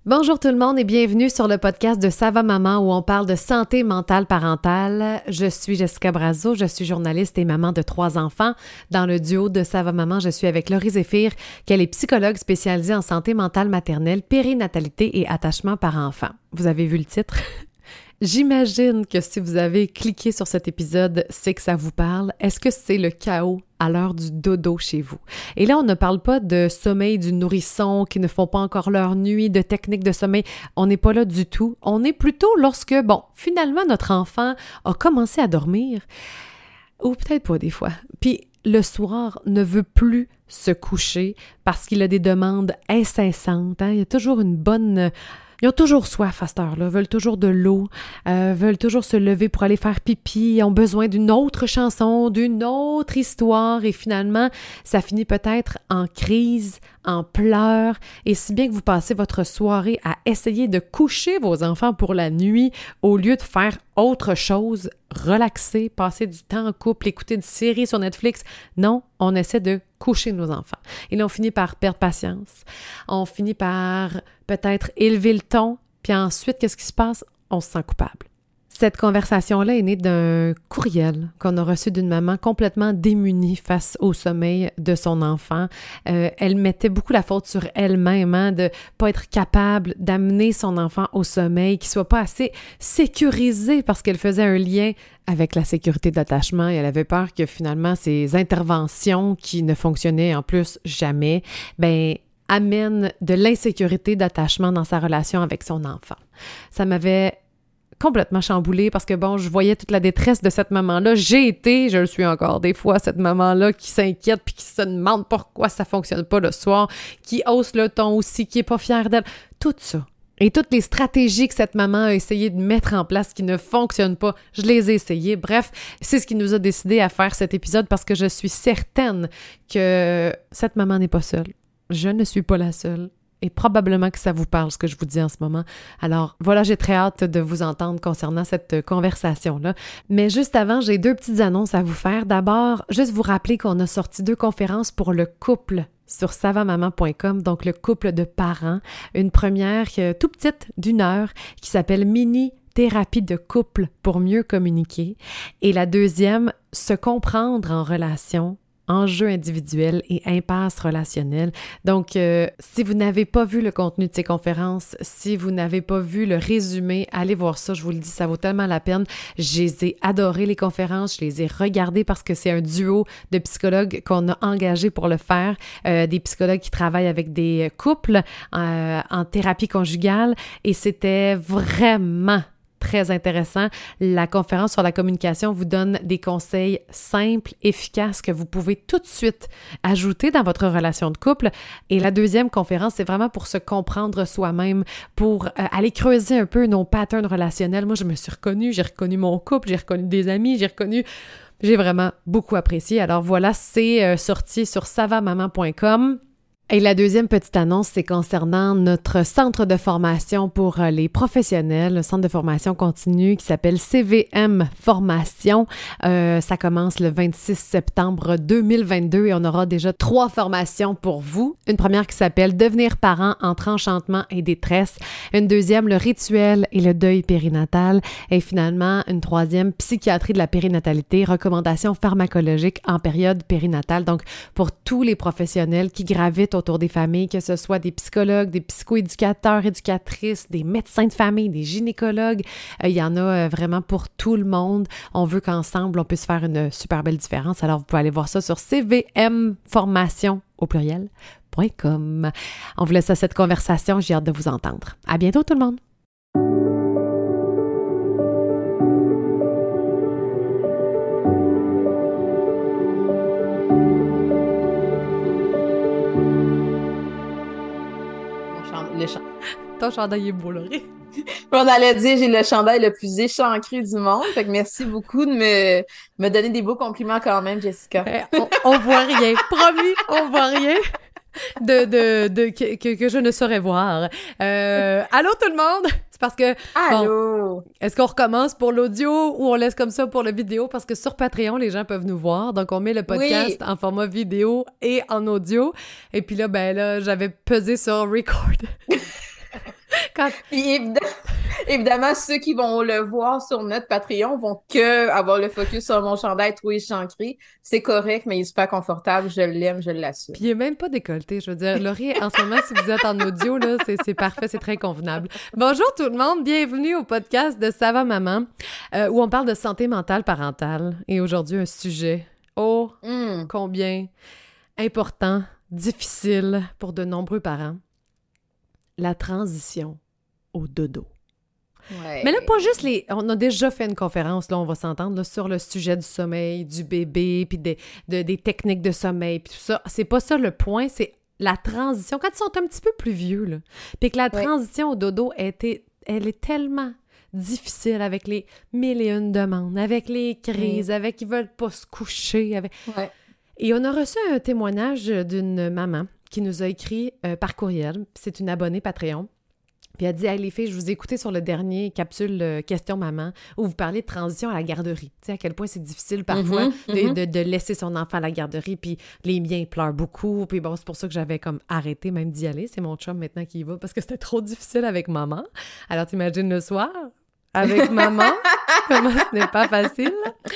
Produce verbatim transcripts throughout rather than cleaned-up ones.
Bonjour tout le monde et bienvenue sur le podcast de Ça va maman où on parle de santé mentale parentale. Je suis Jessica Brazo, je suis journaliste et maman de trois enfants. Dans le duo de Ça va maman, je suis avec Laurie Zéphir, qu'elle est psychologue spécialisée en santé mentale maternelle, périnatalité et attachement par enfant. Vous avez vu le titre? J'imagine que si vous avez cliqué sur cet épisode, c'est que ça vous parle. Est-ce que c'est le chaos à l'heure du dodo chez vous? Et là, on ne parle pas de sommeil du nourrisson qui ne font pas encore leur nuit, de techniques de sommeil. On n'est pas là du tout. On est plutôt lorsque, bon, finalement, notre enfant a commencé à dormir, ou peut-être pas des fois. Puis le soir ne veut plus se coucher parce qu'il a des demandes incessantes. Hein? Il y a toujours une bonne... Ils ont toujours soif à cette heure-là, veulent toujours de l'eau, euh, veulent toujours se lever pour aller faire pipi, ont besoin d'une autre chanson, d'une autre histoire et finalement, ça finit peut-être en crise, en pleurs et si bien que vous passez votre soirée à essayer de coucher vos enfants pour la nuit au lieu de faire autre chose, relaxer, passer du temps en couple, écouter une série sur Netflix. Non, on essaie de coucher nos enfants. Et là, on finit par perdre patience. On finit par peut-être élever le ton. Puis ensuite, qu'est-ce qui se passe? On se sent coupable. Cette conversation-là est née d'un courriel qu'on a reçu d'une maman complètement démunie face au sommeil de son enfant. Euh, elle mettait beaucoup la faute sur elle-même, hein, de pas être capable d'amener son enfant au sommeil, qu'il soit pas assez sécurisé parce qu'elle faisait un lien avec la sécurité d'attachement et elle avait peur que finalement ces interventions qui ne fonctionnaient en plus jamais, ben amènent de l'insécurité d'attachement dans sa relation avec son enfant. Ça m'avait complètement chamboulée parce que, bon, je voyais toute la détresse de cette maman-là. J'ai été, je le suis encore des fois, cette maman-là qui s'inquiète puis qui se demande pourquoi ça fonctionne pas le soir, qui hausse le ton aussi, qui est pas fière d'elle. Tout ça. Et toutes les stratégies que cette maman a essayé de mettre en place qui ne fonctionnent pas, je les ai essayées. Bref, c'est ce qui nous a décidé à faire cet épisode parce que je suis certaine que cette maman n'est pas seule. Je ne suis pas la seule. Et probablement que ça vous parle, ce que je vous dis en ce moment. Alors, voilà, j'ai très hâte de vous entendre concernant cette conversation-là. Mais juste avant, j'ai deux petites annonces à vous faire. D'abord, juste vous rappeler qu'on a sorti deux conférences pour le couple sur ça va maman point com, donc le couple de parents. Une première euh, tout petite d'une heure qui s'appelle « Mini thérapie de couple pour mieux communiquer ». Et la deuxième, « Se comprendre en relation ». Enjeux individuels et impasse relationnelle. Donc, euh, si vous n'avez pas vu le contenu de ces conférences, si vous n'avez pas vu le résumé, allez voir ça, je vous le dis, ça vaut tellement la peine. Je les ai adorées, les conférences, je les ai regardées parce que c'est un duo de psychologues qu'on a engagé pour le faire, euh, des psychologues qui travaillent avec des couples euh, en thérapie conjugale et c'était vraiment très intéressant. La conférence sur la communication vous donne des conseils simples, efficaces que vous pouvez tout de suite ajouter dans votre relation de couple. Et la deuxième conférence, c'est vraiment pour se comprendre soi-même, pour euh, aller creuser un peu nos patterns relationnels. Moi, je me suis reconnue, j'ai reconnu mon couple, j'ai reconnu des amis, j'ai reconnu... J'ai vraiment beaucoup apprécié. Alors voilà, c'est euh, sorti sur ça va maman point com. Et la deuxième petite annonce, c'est concernant notre centre de formation pour les professionnels, le centre de formation continue qui s'appelle C V M Formation. Euh, ça commence le vingt-six septembre deux mille vingt-deux et on aura déjà trois formations pour vous. Une première qui s'appelle « Devenir parent entre enchantement et détresse ». Une deuxième, « Le rituel et le deuil périnatal ». Et finalement, une troisième, « Psychiatrie de la périnatalité, recommandations pharmacologiques en période périnatale ». Donc, pour tous les professionnels qui gravitent autour des familles, que ce soit des psychologues, des psychoéducateurs, éducatrices, des médecins de famille, des gynécologues. Euh, il y en a euh, vraiment pour tout le monde. On veut qu'ensemble, on puisse faire une super belle différence. Alors, vous pouvez aller voir ça sur c v m formation au pluriel point com. On vous laisse à cette conversation. J'ai hâte de vous entendre. À bientôt, tout le monde! Le ch... Ton chandail est beau, Laurie. On allait dire, j'ai le chandail le plus échancré du monde. Fait que merci beaucoup de me, me donner des beaux compliments quand même, Jessica. Eh, on, on voit rien. Promis, on voit rien de, de, de, que, que, que je ne saurais voir. Euh, allô tout le monde? C'est parce que... Allô? Bon, est-ce qu'on recommence pour l'audio ou on laisse comme ça pour la vidéo? Parce que sur Patreon, les gens peuvent nous voir. Donc, on met le podcast oui. en format vidéo et en audio. Et puis là, ben là, j'avais pesé sur « record ». Quand... Puis évidemment, évidemment, ceux qui vont le voir sur notre Patreon vont que avoir le focus sur mon chandail troué chancré. C'est correct, mais il est super confortable. Je l'aime, je l'assume. Puis il est même pas décolleté, je veux dire. Laurie, en ce moment, si vous êtes en audio, là, c'est, c'est parfait, c'est très convenable. Bonjour tout le monde, bienvenue au podcast de Ça va maman, euh, où on parle de santé mentale parentale. Et aujourd'hui, un sujet, oh, mm. combien important, difficile pour de nombreux parents. La transition au dodo. Ouais. Mais là, pas juste les... On a déjà fait une conférence, là, on va s'entendre, là, sur le sujet du sommeil, du bébé, puis des, de, des techniques de sommeil, puis tout ça. C'est pas ça le point, c'est la transition. Quand ils sont un petit peu plus vieux, là, puis que la ouais. transition au dodo, a été, elle est tellement difficile avec les mille et une demandes, avec les crises, ouais. avec ils veulent pas se coucher. Avec... Ouais. Et on a reçu un témoignage d'une maman qui nous a écrit euh, par courriel. C'est une abonnée Patreon. Puis elle dit « Hey les filles, je vous ai écouté sur le dernier capsule euh, Question Maman où vous parlez de transition à la garderie. Tu sais, à quel point c'est difficile parfois mm-hmm, de, mm-hmm. De, de laisser son enfant à la garderie. Puis les miens pleurent beaucoup. Puis bon, c'est pour ça que j'avais comme arrêté même d'y aller. C'est mon chum maintenant qui y va parce que c'était trop difficile avec maman. Alors t'imagines le soir avec maman, comment ce n'est pas facile.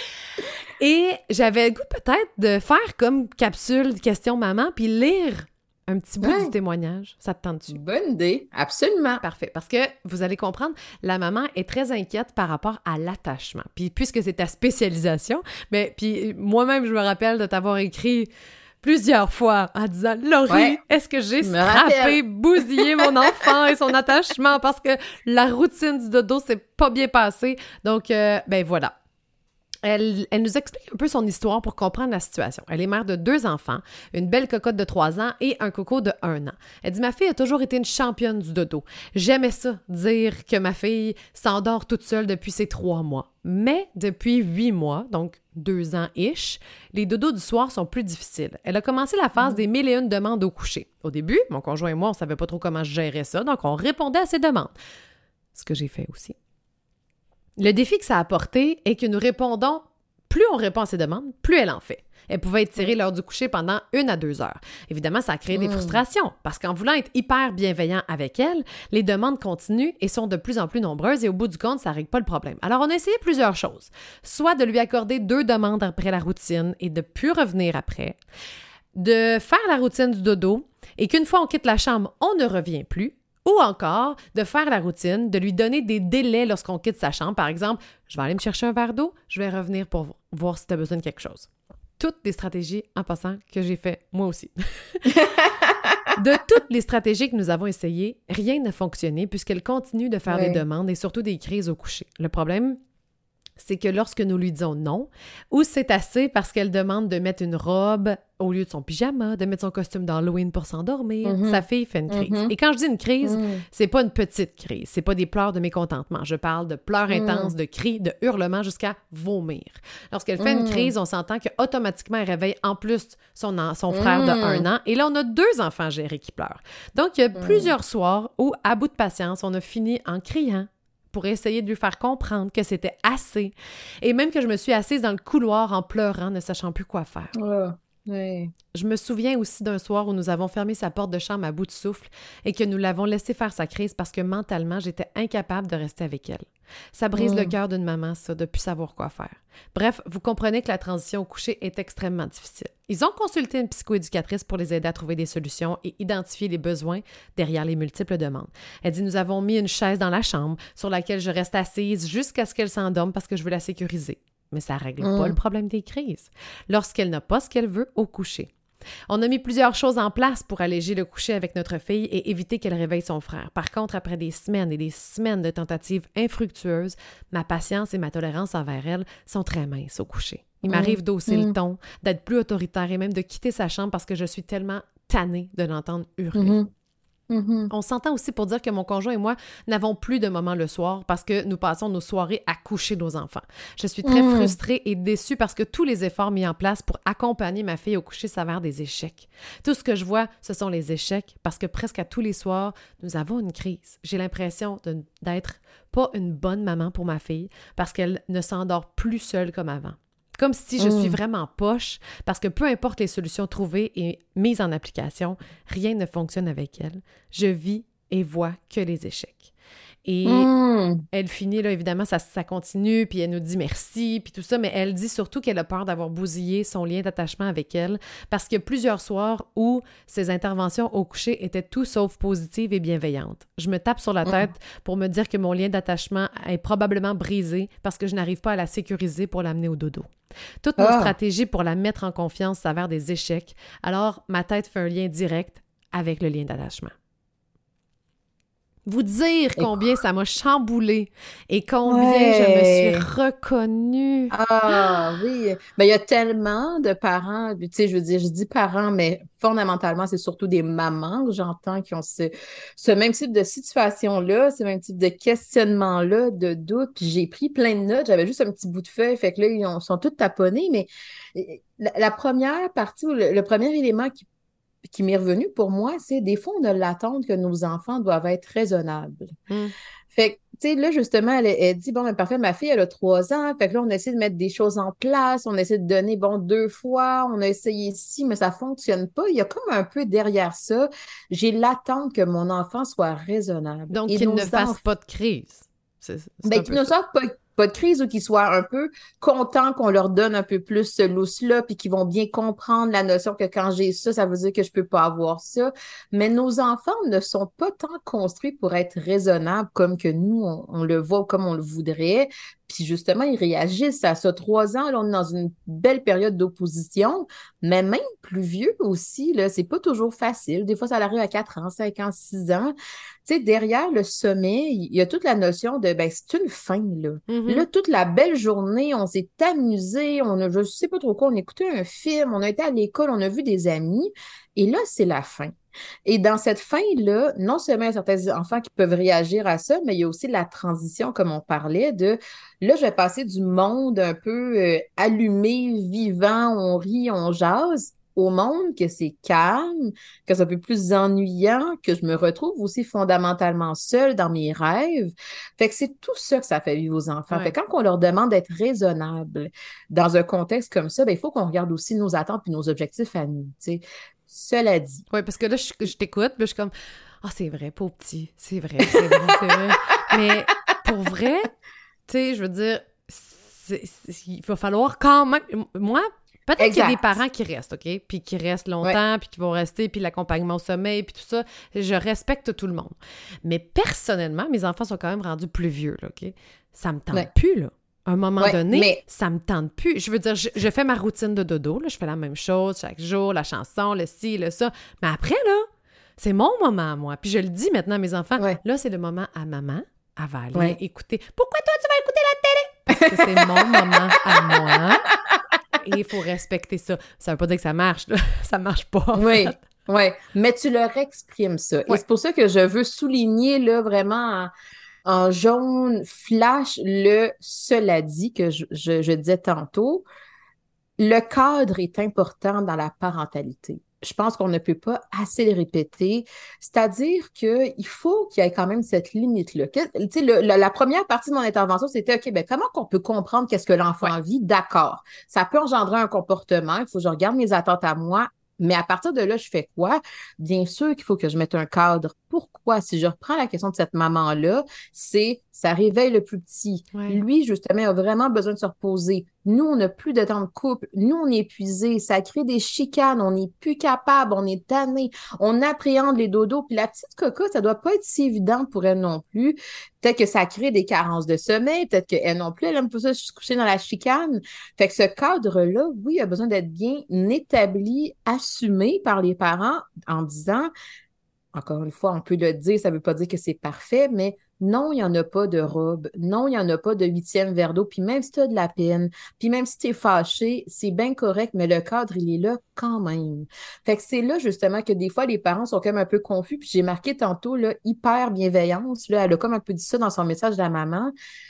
Et j'avais le goût peut-être de faire comme capsule Question Maman puis lire un petit bout ouais. du témoignage. Ça te tente-tu? Bonne idée, absolument. Parfait, parce que vous allez comprendre, la maman est très inquiète par rapport à l'attachement. Puis puisque c'est ta spécialisation, mais puis moi-même, je me rappelle de t'avoir écrit plusieurs fois en disant « Laurie, ouais. est-ce que j'ai scrappé, bousillé mon enfant et son attachement parce que la routine du dodo s'est pas bien passée? » Donc, euh, ben voilà. Elle, elle nous explique un peu son histoire pour comprendre la situation. Elle est mère de deux enfants, une belle cocotte de trois ans et un coco de un an. Elle dit « Ma fille a toujours été une championne du dodo. J'aimais ça, dire que ma fille s'endort toute seule depuis ses trois mois. Mais depuis huit mois, donc deux ans-ish, les dodos du soir sont plus difficiles. Elle a commencé la phase mmh. des mille et une demandes au coucher. Au début, mon conjoint et moi, on savait pas trop comment gérer ça, donc on répondait à ses demandes. Ce que j'ai fait aussi. Le défi que ça a apporté est que nous répondons, plus on répond à ses demandes, plus elle en fait. Elle pouvait étirer l'heure du coucher pendant une à deux heures. Évidemment, ça a créé des frustrations, parce qu'en voulant être hyper bienveillant avec elle, les demandes continuent et sont de plus en plus nombreuses et au bout du compte, ça ne règle pas le problème. Alors, on a essayé plusieurs choses. Soit de lui accorder deux demandes après la routine et de plus revenir après, de faire la routine du dodo et qu'une fois on quitte la chambre, on ne revient plus, ou encore de faire la routine, de lui donner des délais lorsqu'on quitte sa chambre. Par exemple, je vais aller me chercher un verre d'eau, je vais revenir pour voir si tu as besoin de quelque chose. Toutes des stratégies, en passant, que j'ai fait moi aussi. De toutes les stratégies que nous avons essayées, rien n'a fonctionné puisqu'elle continue de faire oui. des demandes et surtout des crises au coucher. Le problème, c'est que lorsque nous lui disons non, ou c'est assez parce qu'elle demande de mettre une robe au lieu de son pyjama, de mettre son costume d'Halloween pour s'endormir, mm-hmm. sa fille fait une crise. Mm-hmm. Et quand je dis une crise, mm. c'est pas une petite crise, c'est pas des pleurs de mécontentement. Je parle de pleurs mm. intenses, de cris, de hurlements jusqu'à vomir. Lorsqu'elle fait mm. une crise, on s'entend qu'automatiquement, elle réveille en plus son, an, son frère mm. de un an. Et là, on a deux enfants gérés qui pleurent. Donc, il y a mm. plusieurs soirs où, à bout de patience, on a fini en criant pour essayer de lui faire comprendre que c'était assez. Et même que je me suis assise dans le couloir en pleurant, ne sachant plus quoi faire. Oh, oui. Je me souviens aussi d'un soir où nous avons fermé sa porte de chambre à bout de souffle et que nous l'avons laissé faire sa crise parce que mentalement, j'étais incapable de rester avec elle. Ça brise mmh. le cœur d'une maman, ça, de ne plus savoir quoi faire. Bref, vous comprenez que la transition au coucher est extrêmement difficile. Ils ont consulté une psychoéducatrice pour les aider à trouver des solutions et identifier les besoins derrière les multiples demandes. Elle dit « Nous avons mis une chaise dans la chambre sur laquelle je reste assise jusqu'à ce qu'elle s'endorme parce que je veux la sécuriser. » Mais ça ne règle mmh. pas le problème des crises. Lorsqu'elle n'a pas ce qu'elle veut au coucher. On a mis plusieurs choses en place pour alléger le coucher avec notre fille et éviter qu'elle réveille son frère. Par contre, après des semaines et des semaines de tentatives infructueuses, ma patience et ma tolérance envers elle sont très minces au coucher. Il mmh. m'arrive d'hausser mmh. le ton, d'être plus autoritaire et même de quitter sa chambre parce que je suis tellement tannée de l'entendre hurler. Mmh. Mm-hmm. On s'entend aussi pour dire que mon conjoint et moi n'avons plus de moments le soir parce que nous passons nos soirées à coucher nos enfants. Je suis très mm. frustrée et déçue parce que tous les efforts mis en place pour accompagner ma fille au coucher s'avèrent des échecs. Tout ce que je vois, ce sont les échecs parce que presque à tous les soirs, nous avons une crise. J'ai l'impression de, d'être pas une bonne maman pour ma fille parce qu'elle ne s'endort plus seule comme avant. Comme si je mmh. suis vraiment poche, parce que peu importe les solutions trouvées et mises en application, rien ne fonctionne avec elle. Je vis et vois que les échecs. Et Mm. elle finit, là, évidemment, ça, ça continue, puis elle nous dit merci, puis tout ça, mais elle dit surtout qu'elle a peur d'avoir bousillé son lien d'attachement avec elle, parce qu'il y a plusieurs soirs où ses interventions au coucher étaient tout sauf positives et bienveillantes. Je me tape sur la tête Mm. pour me dire que mon lien d'attachement est probablement brisé parce que je n'arrive pas à la sécuriser pour l'amener au dodo. Toutes nos Ah. stratégies pour la mettre en confiance s'avèrent des échecs, alors ma tête fait un lien direct avec le lien d'attachement. Vous dire combien ça m'a chamboulé et combien Ouais. je me suis reconnue. Ah oui, ben, il y a tellement de parents, tu sais, je veux dire, je dis parents, mais fondamentalement, c'est surtout des mamans que j'entends qui ont ce, ce même type de situation-là, ce même type de questionnement-là, de doute. Puis j'ai pris plein de notes, j'avais juste un petit bout de feuille, fait que là, ils ont- sont tous taponnés, mais euh, la, la première partie, ou le, le premier élément qui, qui m'est revenu pour moi, c'est des fois, on a l'attente que nos enfants doivent être raisonnables. Mm. Fait que, tu sais, là, justement, elle, elle dit, bon, ben parfait, ma fille, elle a trois ans. Fait que là, on essaie de mettre des choses en place. On essaie de donner, bon, deux fois. On a essayé ici, mais ça fonctionne pas. Il y a comme un peu derrière ça, j'ai l'attente que mon enfant soit raisonnable. Donc, Et qu'il nos ne fasse enfants, pas de crise. C'est, c'est ben, un qu'ils peu ne ça. sortent pas, pas de crise ou qu'ils soient un peu contents qu'on leur donne un peu plus ce lousse-là, puis qu'ils vont bien comprendre la notion que quand j'ai ça, ça veut dire que je peux pas avoir ça. Mais nos enfants ne sont pas tant construits pour être raisonnables comme que nous, on, on le voit, comme on le voudrait. Puis justement, ils réagissent à ça. Trois ans, là, on est dans une belle période d'opposition, mais même plus vieux aussi, là, c'est pas toujours facile. Des fois, ça arrive à quatre ans, cinq ans, six ans. Tu sais, derrière le sommet, il y a toute la notion de, ben, c'est une fin, là. Mm-hmm. Là, toute la belle journée, on s'est amusé, on a, je sais pas trop quoi, on a écouté un film, on a été à l'école, on a vu des amis, et là, c'est la fin. Et dans cette fin-là, non seulement il y a certains enfants qui peuvent réagir à ça, mais il y a aussi la transition, comme on parlait, de là, je vais passer du monde un peu euh, allumé, vivant, on rit, on jase, au monde que c'est calme, que c'est un peu plus ennuyant, que je me retrouve aussi fondamentalement seule dans mes rêves. Fait que c'est tout ça que ça fait vivre aux enfants. Ouais. Fait que quand on leur demande d'être raisonnable dans un contexte comme ça, ben, il faut qu'on regarde aussi nos attentes et nos objectifs à nous, tu sais. Cela dit. Oui, parce que là, je, je t'écoute, puis je suis comme, ah, c'est vrai, pauvre petit, c'est vrai, c'est vrai, c'est vrai. Mais pour vrai, tu sais, je veux dire, c'est- c'est- il va falloir quand même. Moi, peut-être qu'il y a des Exact. parents qui restent, OK? Puis qui restent longtemps, puis qui vont rester, puis l'accompagnement au sommeil, puis tout ça. Je respecte tout le monde. Mais personnellement, mes enfants sont quand même rendus plus vieux, là, OK? Ça me tente Ouais. plus, là. À un moment Ouais, donné, mais- ça me tente plus. Je veux dire, je, je fais ma routine de dodo, là, je fais la même chose chaque jour, la chanson, le ci, le ça. Mais après, là, c'est mon moment à moi. Puis je le dis maintenant à mes enfants, Ouais. là, c'est le moment à maman. Elle va aller Ouais. écouter. Pourquoi toi, tu vas écouter la télé? Parce que c'est mon moment à moi. Et il faut respecter ça. Ça veut pas dire que ça marche, là. Ça marche pas, en Oui, fait. oui, mais tu leur exprimes ça. Et Ouais. c'est pour ça que je veux souligner là vraiment en, en jaune flash le cela dit que je, je, je disais tantôt. Le cadre est important dans la parentalité. Je pense qu'on ne peut pas assez le répéter. C'est-à-dire qu'il faut qu'il y ait quand même cette limite-là. Que- Tu sais, le- la, la première partie de mon intervention, c'était, OK, ben, comment qu'on peut comprendre qu'est-ce que l'enfant Ouais. vit? D'accord. Ça peut engendrer un comportement. Il faut que je regarde mes attentes à moi. Mais à partir de là, je fais quoi? Bien sûr qu'il faut que je mette un cadre. Pourquoi? Si je reprends la question de cette maman-là, c'est ça réveille le plus petit. Ouais. Lui, justement, a vraiment besoin de se reposer. Nous, on n'a plus de temps de couple. Nous, on est épuisés. Ça crée des chicanes. On n'est plus capable. On est tanné. On appréhende les dodos. Puis la petite coco, ça doit pas être si évident pour elle non plus. Peut-être que ça crée des carences de sommeil. Peut-être qu'elle non plus, elle aime pas ça se coucher dans la chicane. Fait que ce cadre-là, oui, il a besoin d'être bien établi, assumé par les parents en disant, encore une fois, on peut le dire, ça veut pas dire que c'est parfait, mais non, il n'y en a pas de robe. Non, il n'y en a pas de huitième verre d'eau. Puis même si tu as de la peine, puis même si tu es fâché, c'est bien correct, mais le cadre, il est là quand même. Fait que c'est là, justement, que des fois, les parents sont comme un peu confus. Puis j'ai marqué tantôt, là, hyper bienveillance. Là, elle a comme un peu dit ça dans son message de la maman.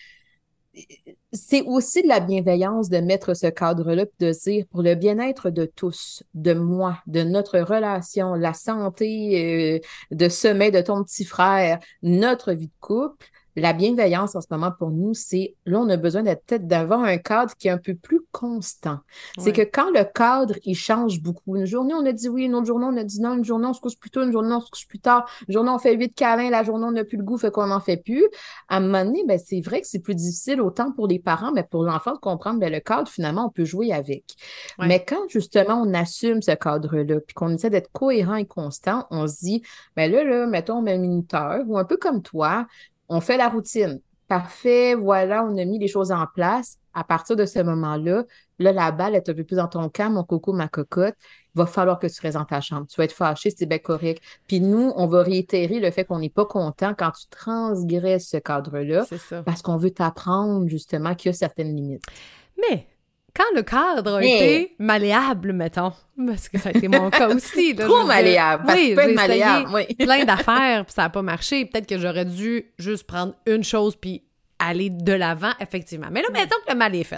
C'est aussi de la bienveillance de mettre ce cadre-là, puis de dire pour le bien-être de tous, de moi, de notre relation, la santé euh, de sommeil de ton petit frère, notre vie de couple, la bienveillance en ce moment pour nous, c'est, là, on a besoin d'être peut-être d'avoir un cadre qui est un peu plus constant. C'est Ouais. que quand le cadre, il change beaucoup, une journée, on a dit oui, une autre journée, on a dit non, une journée, on se couche plus tôt, une journée, on se couche plus tard, une journée, on fait huit câlins, la journée, on n'a plus le goût, fait qu'on n'en fait plus. À un moment donné, ben, c'est vrai que c'est plus difficile autant pour les parents, mais pour l'enfant de comprendre, ben, le cadre, finalement, on peut jouer avec. Ouais. Mais quand, justement, on assume ce cadre-là, puis qu'on essaie d'être cohérent et constant, on se dit, ben là, là, mettons, on met un minuteur, ou un peu comme toi, on fait la routine. Parfait, voilà, on a mis les choses en place. À partir de ce moment-là, là, la balle est un peu plus dans ton camp, mon coco, ma cocotte. Il va falloir que tu restes dans ta chambre. Tu vas être fâché, c'est bien correct. Puis nous, on va réitérer le fait qu'on n'est pas content quand tu transgresses ce cadre-là, C'est ça. parce qu'on veut t'apprendre justement qu'il y a certaines limites. Mais quand le cadre a Mais- été malléable, mettons, parce que ça a été mon cas aussi. Là, je Trop veux dire, malléable, parce que oui, tu peux être j'ai malléable, essayé oui. plein d'affaires, puis ça n'a pas marché. Peut-être que j'aurais dû juste prendre une chose puis aller de l'avant, effectivement. Mais là, mettons que le mal est fait.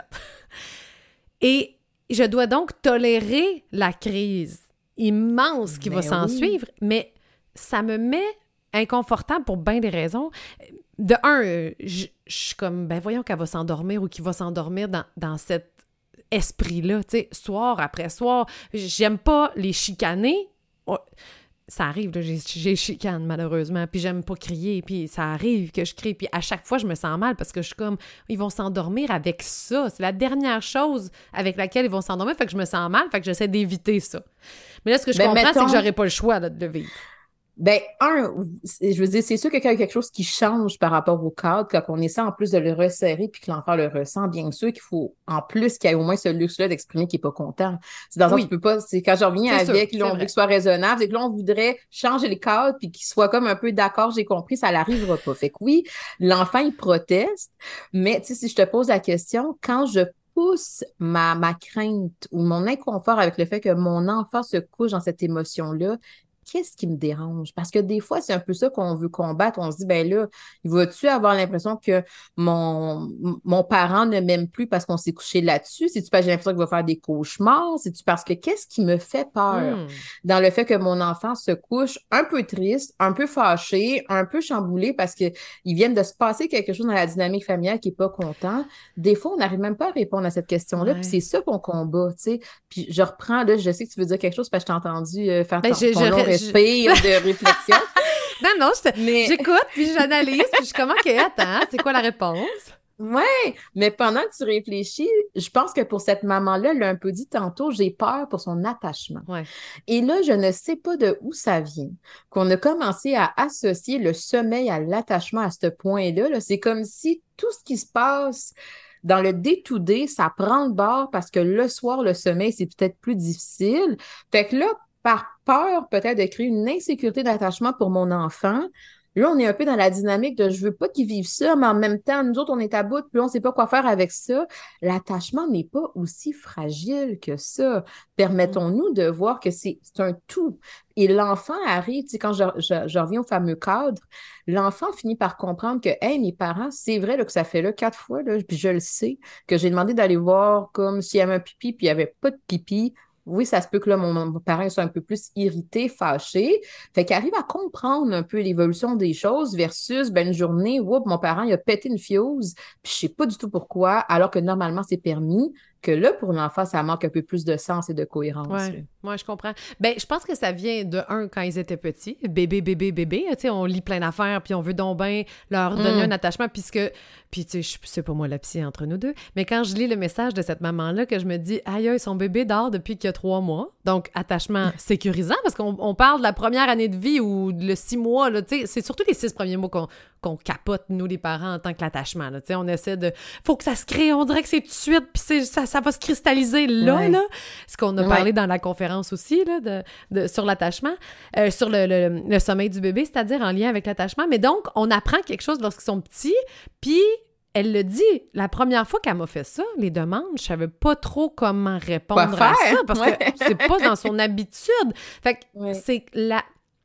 Et je dois donc tolérer la crise immense qui va Ben s'en oui. suivre, mais ça me met inconfortable pour bien des raisons. De un, euh, je je suis comme, ben voyons qu'elle va s'endormir ou qu'il va s'endormir dans, dans cet esprit-là, tu sais, soir après soir. J'aime pas les chicaner. Oh, ça arrive, là, j'ai, j'ai chicane, malheureusement, puis j'aime pas crier, puis ça arrive que je crie, puis à chaque fois, je me sens mal parce que je suis comme, ils vont s'endormir avec ça. C'est la dernière chose avec laquelle ils vont s'endormir, fait que je me sens mal, fait que j'essaie d'éviter ça. Mais là, ce que je Ben, comprends, mettons- c'est que j'aurais pas le choix là, de le vivre. Ben, un, c'est- je veux dire, c'est sûr que quand il y a quelque chose qui change par rapport au cadre, quand on essaie en plus de le resserrer puis que l'enfant le ressent, bien sûr qu'il faut, en plus, qu'il y ait au moins ce luxe-là d'exprimer qu'il n'est pas content. C'est dans le sens, Oui. tu peux pas, c'est quand je reviens C'est avec, sûr, là, on c'est veut vrai. qu'il soit raisonnable, c'est que là, on voudrait changer le cadre puis qu'il soit comme un peu d'accord, j'ai compris, ça n'arrivera pas. Fait que oui, l'enfant, il proteste, mais tu sais, si je te pose la question, quand je pousse ma, ma crainte ou mon inconfort avec le fait que mon enfant se couche dans cette émotion-là, qu'est-ce qui me dérange? Parce que des fois, c'est un peu ça qu'on veut combattre. On se dit, ben là, vas-tu avoir l'impression que mon, mon parent ne m'aime plus parce qu'on s'est couché là-dessus? C'est-tu parce que j'ai l'impression qu'il va faire des cauchemars? C'est-tu parce que qu'est-ce qui me fait peur Hmm. dans le fait que mon enfant se couche un peu triste, un peu fâché, un peu chamboulé parce qu'il vient de se passer quelque chose dans la dynamique familiale qui n'est pas content? Des fois, on n'arrive même pas à répondre à cette question-là. Ouais. Puis c'est ça qu'on combat, tu sais. Puis je reprends, là, je sais que tu veux dire quelque chose parce que je t'ai entendu euh, faire Ben, ton, je- ton je- long je- respire de réflexion. Non, non, je te- Mais j'écoute, puis j'analyse, puis je suis comme, OK, attends, c'est quoi la réponse? ouais, mais pendant que tu réfléchis, je pense que pour cette maman-là, elle l'a un peu dit tantôt, j'ai peur pour son attachement. Ouais. Et là, je ne sais pas de où ça vient, qu'on a commencé à associer le sommeil à l'attachement à ce point-là. Là. C'est comme si tout ce qui se passe dans le day-to-day, ça prend le bord parce que le soir, le sommeil, c'est peut-être plus difficile. Fait que là, par peur peut-être de créer une insécurité d'attachement pour mon enfant, là, on est un peu dans la dynamique de je veux pas qu'ils vivent ça, mais en même temps, nous autres, on est à bout, puis on sait pas quoi faire avec ça. L'attachement n'est pas aussi fragile que ça. Permettons-nous de voir que c'est c'est un tout. Et l'enfant arrive, tu sais, quand je, je, je reviens au fameux cadre, l'enfant finit par comprendre que, hey, mes parents, c'est vrai là, que ça fait là quatre fois, là, puis je le sais, que j'ai demandé d'aller voir comme s'il y avait un pipi, puis il n'y avait pas de pipi. Oui, ça se peut que là, mon, mon parent soit un peu plus irrité, fâché. Fait qu'il arrive à comprendre un peu l'évolution des choses versus ben, une journée, oups, mon parent, il a pété une fuse, puis je sais pas du tout pourquoi, alors que normalement, c'est permis, que là, pour l'enfant, ça manque un peu plus de sens et de cohérence. là. Ouais, ouais, je comprends. Ben, je pense que ça vient de un quand ils étaient petits, bébé, bébé, bébé. Tu sais, on lit plein d'affaires, puis on veut donc bien leur donner Mm. un attachement, puisque, puis tu sais, je- c'est pas moi la psy entre nous deux, mais quand je lis le message de cette maman-là, que je me dis, aïe, aïe, son bébé dort depuis qu'il y a trois mois, donc attachement sécurisant, parce qu'on on parle de la première année de vie ou le six mois, là, tu sais, c'est surtout les six premiers mois qu'on qu'on capote, nous, les parents, en tant que l'attachement, là, tu sais, on essaie de, faut que ça se crée, on dirait que c'est tout de suite, puis c'est- ça, ça va se cristalliser là, Ouais. là, ce qu'on a Ouais. parlé dans la conférence aussi, là, de, de- sur l'attachement, euh, sur le, le, le sommeil du bébé, c'est-à-dire en lien avec l'attachement. Mais donc, on apprend quelque chose lorsqu'ils sont petits, puis elle le dit, la première fois qu'elle m'a fait ça, les demandes, je savais pas trop comment répondre Quoi à faire? ça, parce Ouais. que c'est pas dans son habitude. Fait que Ouais. c'est la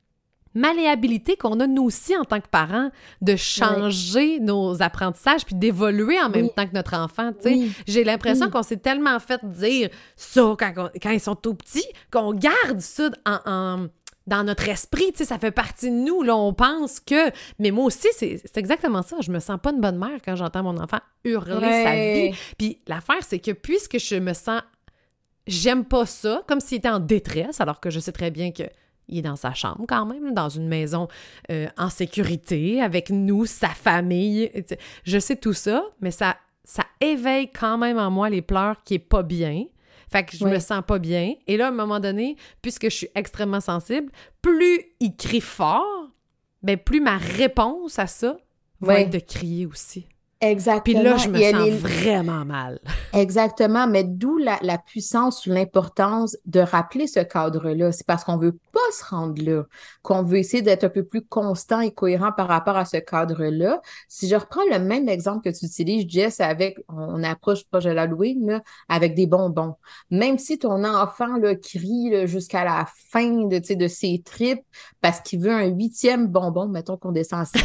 malléabilité qu'on a, nous aussi, en tant que parents, de changer nos apprentissages puis d'évoluer en même Oui. temps que notre enfant, tu sais. Oui. J'ai l'impression Oui. qu'on s'est tellement fait dire ça quand, on- quand ils sont tout petits qu'on garde ça en, en- dans notre esprit, tu sais, ça fait partie de nous, là, on pense que... Mais moi aussi, c'est, c'est exactement ça, je me sens pas une bonne mère quand j'entends mon enfant hurler Ouais. sa vie. Puis l'affaire, c'est que puisque je me sens... J'aime pas ça, comme s'il était en détresse, alors que je sais très bien que il est dans sa chambre quand même, dans une maison euh, en sécurité, avec nous, sa famille. Je sais tout ça, mais ça, ça éveille quand même en moi les pleurs qui est pas bien. Fait que je Oui. me sens pas bien. Et là, à un moment donné, puisque je suis extrêmement sensible, plus il crie fort, ben plus ma réponse à ça va Oui. être de crier aussi. Exactement. Puis là, je me Et sens elle est- vraiment mal. Exactement, mais d'où la, la puissance ou l'importance de rappeler ce cadre-là. C'est parce qu'on veut pas se rendre là, qu'on veut essayer d'être un peu plus constant et cohérent par rapport à ce cadre-là. Si je reprends le même exemple que tu utilises, Jess, avec, on approche pas de l'Halloween, là, avec des bonbons. Même si ton enfant là, crie là, jusqu'à la fin de, tu sais, de ses tripes parce qu'il veut un huitième bonbon, mettons qu'on descend à cinq.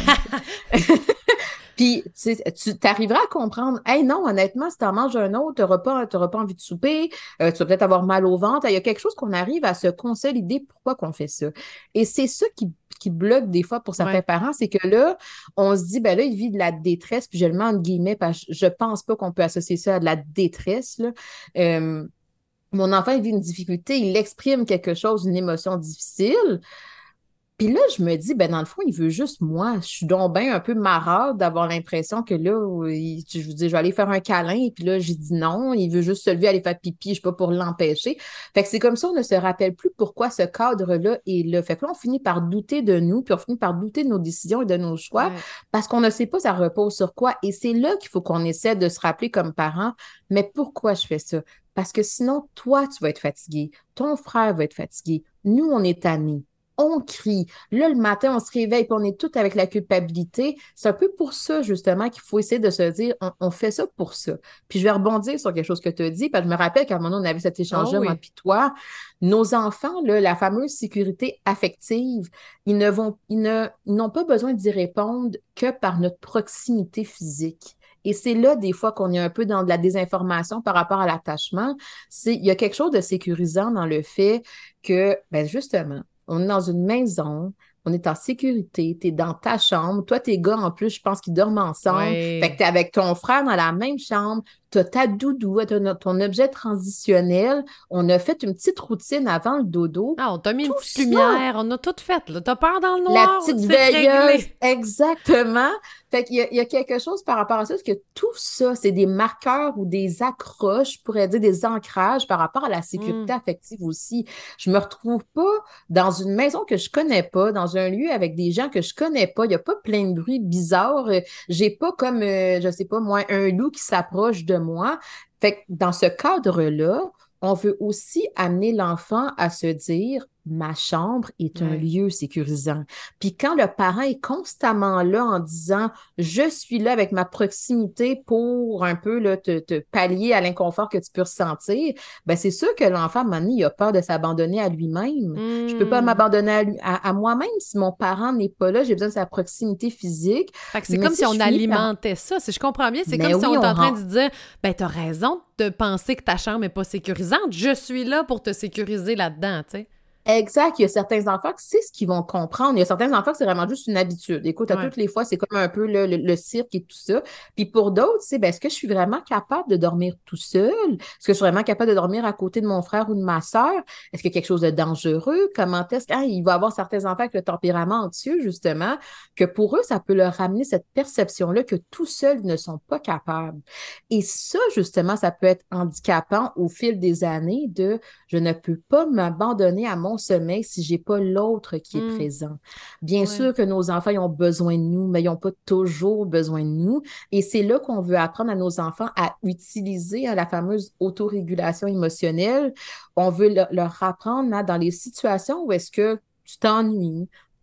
Puis, tu sais, tu t'arriveras à comprendre, hey, non, honnêtement, si t'en manges un autre, t'auras pas, t'auras pas envie de souper, euh, tu vas peut-être avoir mal au ventre. Il y a quelque chose qu'on arrive à se consolider pourquoi qu'on fait ça. Et c'est ça qui, qui bloque des fois pour certains Ouais. parents, c'est que là, on se dit, ben là, il vit de la détresse, puis je le mets entre guillemets, parce que je pense pas qu'on peut associer ça à de la détresse, là. Euh, mon enfant, il vit une difficulté, il exprime quelque chose, une émotion difficile. Puis là, je me dis, ben dans le fond, il veut juste moi. Je suis donc bien un peu marade d'avoir l'impression que là, il- je vous dis, je vais aller faire un câlin, et puis là, j'ai dit non. Il veut juste se lever, aller faire pipi, je sais pas, pour l'empêcher. Fait que c'est comme ça, on ne se rappelle plus pourquoi ce cadre-là est là. Fait que là, on finit par douter de nous, puis on finit par douter de nos décisions et de nos choix, Ouais. parce qu'on ne sait pas ça repose sur quoi. Et c'est là qu'il faut qu'on essaie de se rappeler comme parents, mais pourquoi je fais ça? Parce que sinon, toi, tu vas être fatigué, ton frère va être fatigué, nous, on est tannés. On crie. Là, le matin, on se réveille puis on est tout avec la culpabilité. C'est un peu pour ça, justement, qu'il faut essayer de se dire, on, on fait ça pour ça. Puis je vais rebondir sur quelque chose que tu as dit, parce que je me rappelle qu'à un moment donné, on avait cet échange-là, Oh moi oui. puis toi. Nos enfants, là, la fameuse sécurité affective, ils ne vont, ils ne, ils n'ont pas besoin d'y répondre que par notre proximité physique. Et c'est là, des fois, qu'on est un peu dans de la désinformation par rapport à l'attachement. C'est, il y a quelque chose de sécurisant dans le fait que, ben justement, on est dans une maison, on est en sécurité, t'es dans ta chambre. Toi, tes gars, en plus, je pense qu'ils dorment ensemble. Fait que Ouais. t'es avec ton frère dans la même chambre. T'as ta doudou, t'as ton, ton objet transitionnel. On a fait une petite routine avant le dodo. Ah, on t'a mis une Tout petite ça, lumière, on a tout fait, là. T'as peur dans le la noir? petite C'est veilleuse, réglé. exactement. Fait qu'il y a, il y a quelque chose par rapport à ça, parce que tout ça, c'est des marqueurs ou des accroches, je pourrais dire des ancrages par rapport à la sécurité Mm. affective aussi. Je me retrouve pas dans une maison que je connais pas, dans un lieu avec des gens que je connais pas. Il y a pas plein de bruits bizarres. Euh, J'ai pas comme, euh, je sais pas moi, un loup qui s'approche de moi. Fait que dans ce cadre-là, on veut aussi amener l'enfant à se dire, ma chambre est un Ouais. lieu sécurisant. Puis quand le parent est constamment là en disant, je suis là avec ma proximité pour un peu là, te, te pallier à l'inconfort que tu peux ressentir, ben c'est sûr que l'enfant, à un moment donné, il a peur de s'abandonner à lui-même. Je peux pas Mm. m'abandonner à, lui- à, à moi-même si mon parent n'est pas là, j'ai besoin de sa proximité physique. Fait que c'est Mais comme si si on je finis par... alimentait ça. Si je comprends bien, c'est Mais comme si on oui, est on en train rend... de dire, ben t'as raison de penser que ta chambre est pas sécurisante. Je suis là pour te sécuriser là-dedans, tu sais. Exact. Il y a certains enfants que c'est ce qu'ils vont comprendre. Il y a certains enfants que c'est vraiment juste une habitude. Écoute, à Ouais. toutes les fois, c'est comme un peu le, le- le cirque et tout ça. Puis pour d'autres, c'est, ben, est-ce que je suis vraiment capable de dormir tout seul? Est-ce que je suis vraiment capable de dormir à côté de mon frère ou de ma sœur? Est-ce qu'il y a quelque chose de dangereux? Comment est-ce qu'il il va y avoir certains enfants avec le tempérament anxieux, justement, que pour eux, ça peut leur ramener cette perception-là que tout seuls, ils ne sont pas capables. Et ça, justement, ça peut être handicapant au fil des années de je ne peux pas m'abandonner à mon sommeil si j'ai pas l'autre qui est Mm. présent. Bien Ouais. sûr que nos enfants, ils ont besoin de nous, mais ils n'ont pas toujours besoin de nous. Et c'est là qu'on veut apprendre à nos enfants à utiliser hein, la fameuse autorégulation émotionnelle. On veut le- leur apprendre hein, dans les situations où est-ce que tu t'ennuies,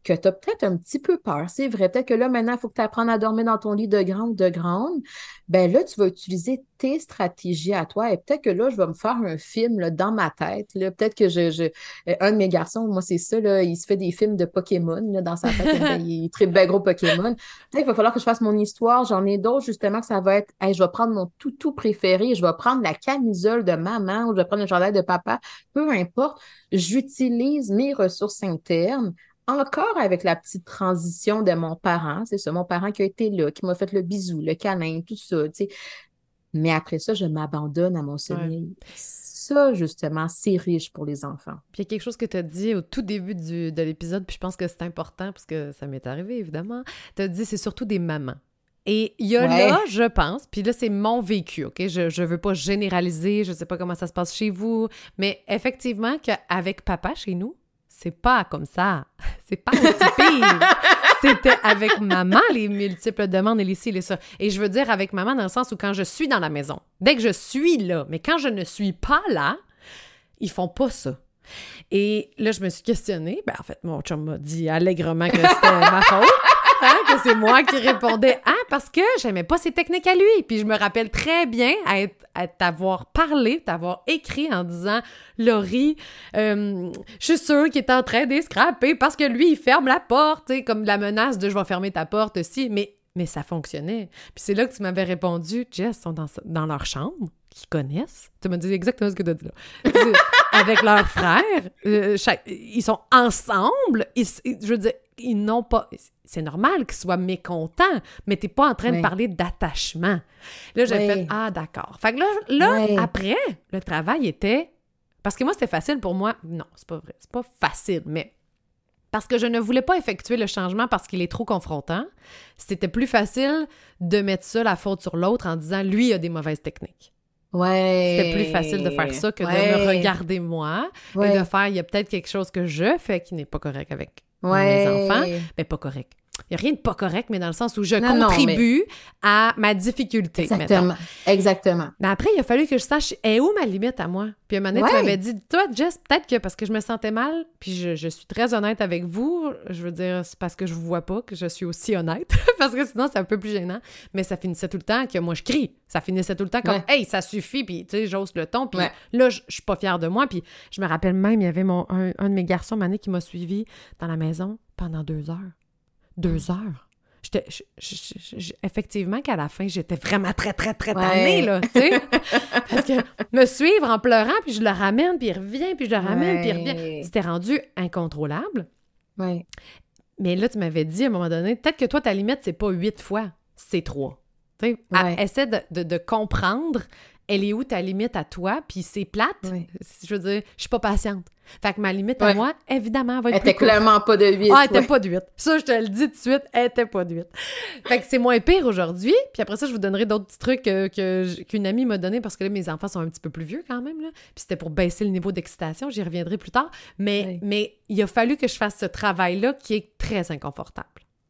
que tu as peut-être un petit peu peur. C'est vrai, peut-être que là, maintenant, il faut que tu apprennes à dormir dans ton lit de grande ou de grande. Ben là, tu vas utiliser tes stratégies à toi et peut-être que là, je vais me faire un film là, dans ma tête. Là. Peut-être que je, je... euh, un de mes garçons, moi, c'est ça, là, il se fait des films de Pokémon là, dans sa tête. Il, il tripe bien gros Pokémon. Peut-être qu'il va falloir que je fasse mon histoire. J'en ai d'autres, justement, que ça va être, hey, je vais prendre mon toutou préféré, je vais prendre la camisole de maman ou je vais prendre le chandail de papa. Peu importe, j'utilise mes ressources internes encore avec la petite transition de mon parent, c'est ça, mon parent qui a été là, qui m'a fait le bisou, le câlin, tout ça, tu sais. Mais après ça, je m'abandonne à mon sommeil. Ouais. Ça, justement, c'est riche pour les enfants. Puis il y a quelque chose que tu as dit au tout début du, de l'épisode, puis je pense que c'est important parce que ça m'est arrivé, évidemment. Tu as dit c'est surtout des mamans. Et il y a ouais. là, je pense, puis là, c'est mon vécu, OK? Je ne veux pas généraliser, je ne sais pas comment ça se passe chez vous, mais effectivement qu'avec papa, chez nous, c'est pas comme ça. C'est pas aussi pire. C'était avec maman, les multiples demandes et les ci et les ça. Et je veux dire avec maman dans le sens où quand je suis dans la maison, dès que je suis là, mais quand je ne suis pas là, ils font pas ça. Et là, je me suis questionnée. Ben, en fait, mon chum m'a dit allègrement que c'était ma faute. Hein, que c'est moi qui répondais « Ah, parce que j'aimais pas ses techniques à lui. » Puis je me rappelle très bien à, être, à t'avoir parlé, t'avoir écrit en disant « Laurie, euh, je suis sûre qu'il est en train de scraper parce que lui, il ferme la porte. » Tu sais, comme la menace de « Je vais fermer ta porte aussi. » Mais, mais ça fonctionnait. Puis c'est là que tu m'avais répondu « Jess, ils sont dans, dans leur chambre. » Qui connaissent. Tu m'as dit exactement ce que tu as dit là. Avec leurs frères, euh, chaque, ils sont ensemble. Ils, je veux dire, ils n'ont pas... C'est normal qu'ils soient mécontents, mais t'es pas en train oui. de parler d'attachement. Là, j'ai oui. fait « Ah, d'accord. » Fait que là, là oui. après, le travail était... Parce que moi, c'était facile pour moi. Non, c'est pas vrai. C'est pas facile, mais... Parce que je ne voulais pas effectuer le changement parce qu'il est trop confrontant. C'était plus facile de mettre ça, la faute sur l'autre, en disant « Lui, il a des mauvaises techniques. » Ouais. C'était plus facile de faire ça que ouais. de me regarder moi ouais. et de faire, il y a peut-être quelque chose que je fais qui n'est pas correct avec ouais. mes enfants. Mais pas correct. Il n'y a rien de pas correct, mais dans le sens où je non, contribue non, mais... à ma difficulté. Exactement. Mettons. Exactement. Mais après, il a fallu que je sache est où ma limite à moi. Puis à un moment donné, ouais. tu m'avais dit, toi, Jess, peut-être que parce que je me sentais mal, puis je, je suis très honnête avec vous, je veux dire, c'est parce que je vous vois pas que je suis aussi honnête, parce que sinon, c'est un peu plus gênant. Mais ça finissait tout le temps que moi, je crie. Ça finissait tout le temps comme, ouais. hey, ça suffit, puis tu sais, j'ose le ton, puis ouais. là, je, je suis pas fière de moi. Puis je me rappelle même, il y avait mon, un, un de mes garçons, Mané, qui m'a suivi dans la maison pendant deux heures. Deux heures. J'étais, je, je, je, effectivement qu'à la fin, j'étais vraiment très, très, très tannée, ouais. là, tu sais. Parce que me suivre en pleurant, puis je le ramène, puis il revient, puis je le ramène, ouais. puis il revient. C'était rendu incontrôlable. Ouais. Mais là, tu m'avais dit à un moment donné, peut-être que toi, ta limite, c'est pas huit fois, c'est trois. Tu sais, ouais. essaie de, de, de comprendre, elle est où ta limite à toi, puis c'est plate. Ouais. Je veux dire, je suis pas patiente. Fait que ma limite ouais. à moi, évidemment, va être elle plus était clairement pas de huit. Ah, elle ouais. était pas de huit. Ça, je te le dis tout de suite, elle était pas de huit. Fait que c'est moins pire aujourd'hui. Puis après ça, je vous donnerai d'autres petits trucs que, que, qu'une amie m'a donné parce que là, mes enfants sont un petit peu plus vieux quand même. Là. Puis c'était pour baisser le niveau d'excitation. J'y reviendrai plus tard. Mais, ouais. mais il a fallu que je fasse ce travail-là qui est très inconfortable.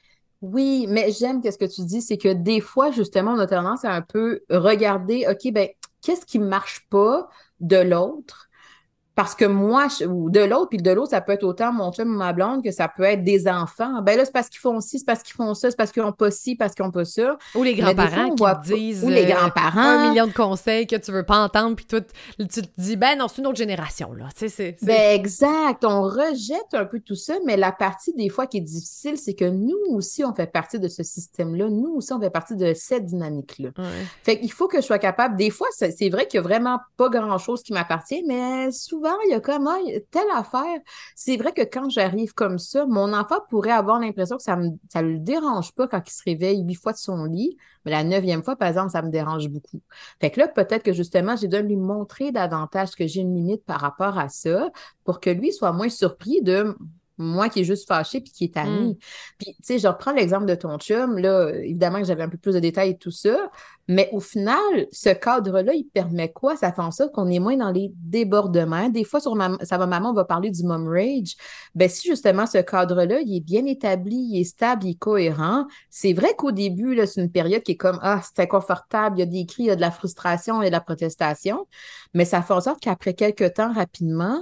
Oui, mais j'aime ce que tu dis, c'est que des fois, justement, on a tendance à un peu regarder, OK, ben qu'est-ce qui marche pas de l'autre? Parce que moi, je, ou de l'autre, puis de l'autre, ça peut être autant mon chum ou ma blonde que ça peut être des enfants. Ben là, c'est parce qu'ils font ci, c'est parce qu'ils font ça, c'est parce qu'ils n'ont pas ci, parce qu'ils n'ont pas ça. Ou les grands-parents fois, qui te disent ou les grands-parents. un million de conseils que tu veux pas entendre, puis toi, tu te dis, ben non, c'est une autre génération, là. Tu sais, c'est, c'est... Ben exact. On rejette un peu tout ça, mais la partie des fois qui est difficile, c'est que nous aussi, on fait partie de ce système-là. Nous aussi, on fait partie de cette dynamique-là. Ouais. Fait qu'il faut que je sois capable. Des fois, c'est, c'est vrai qu'il y a vraiment pas grand-chose qui m'appartient, mais souvent, il y a comme ah, telle affaire. C'est vrai que quand j'arrive comme ça, mon enfant pourrait avoir l'impression que ça me ça le dérange pas quand il se réveille huit fois de son lit, mais la neuvième fois, par exemple, ça me dérange beaucoup. Fait que là, peut-être que justement, j'ai dû lui montrer davantage que j'ai une limite par rapport à ça pour que lui soit moins surpris de moi qui est juste fâchée puis qui est tanné. Mm. Puis, tu sais, je reprends l'exemple de ton chum. Là, évidemment que j'avais un peu plus de détails et tout ça, mais au final, ce cadre-là, il permet quoi? Ça fait en sorte qu'on est moins dans les débordements. Des fois, sur ma, ça va maman, on va parler du mom rage. Ben si justement, ce cadre-là, il est bien établi, il est stable, il est cohérent, c'est vrai qu'au début, là, c'est une période qui est comme, ah, c'est inconfortable, il y a des cris, il y a de la frustration et de la protestation, mais ça fait en sorte qu'après quelques temps, rapidement,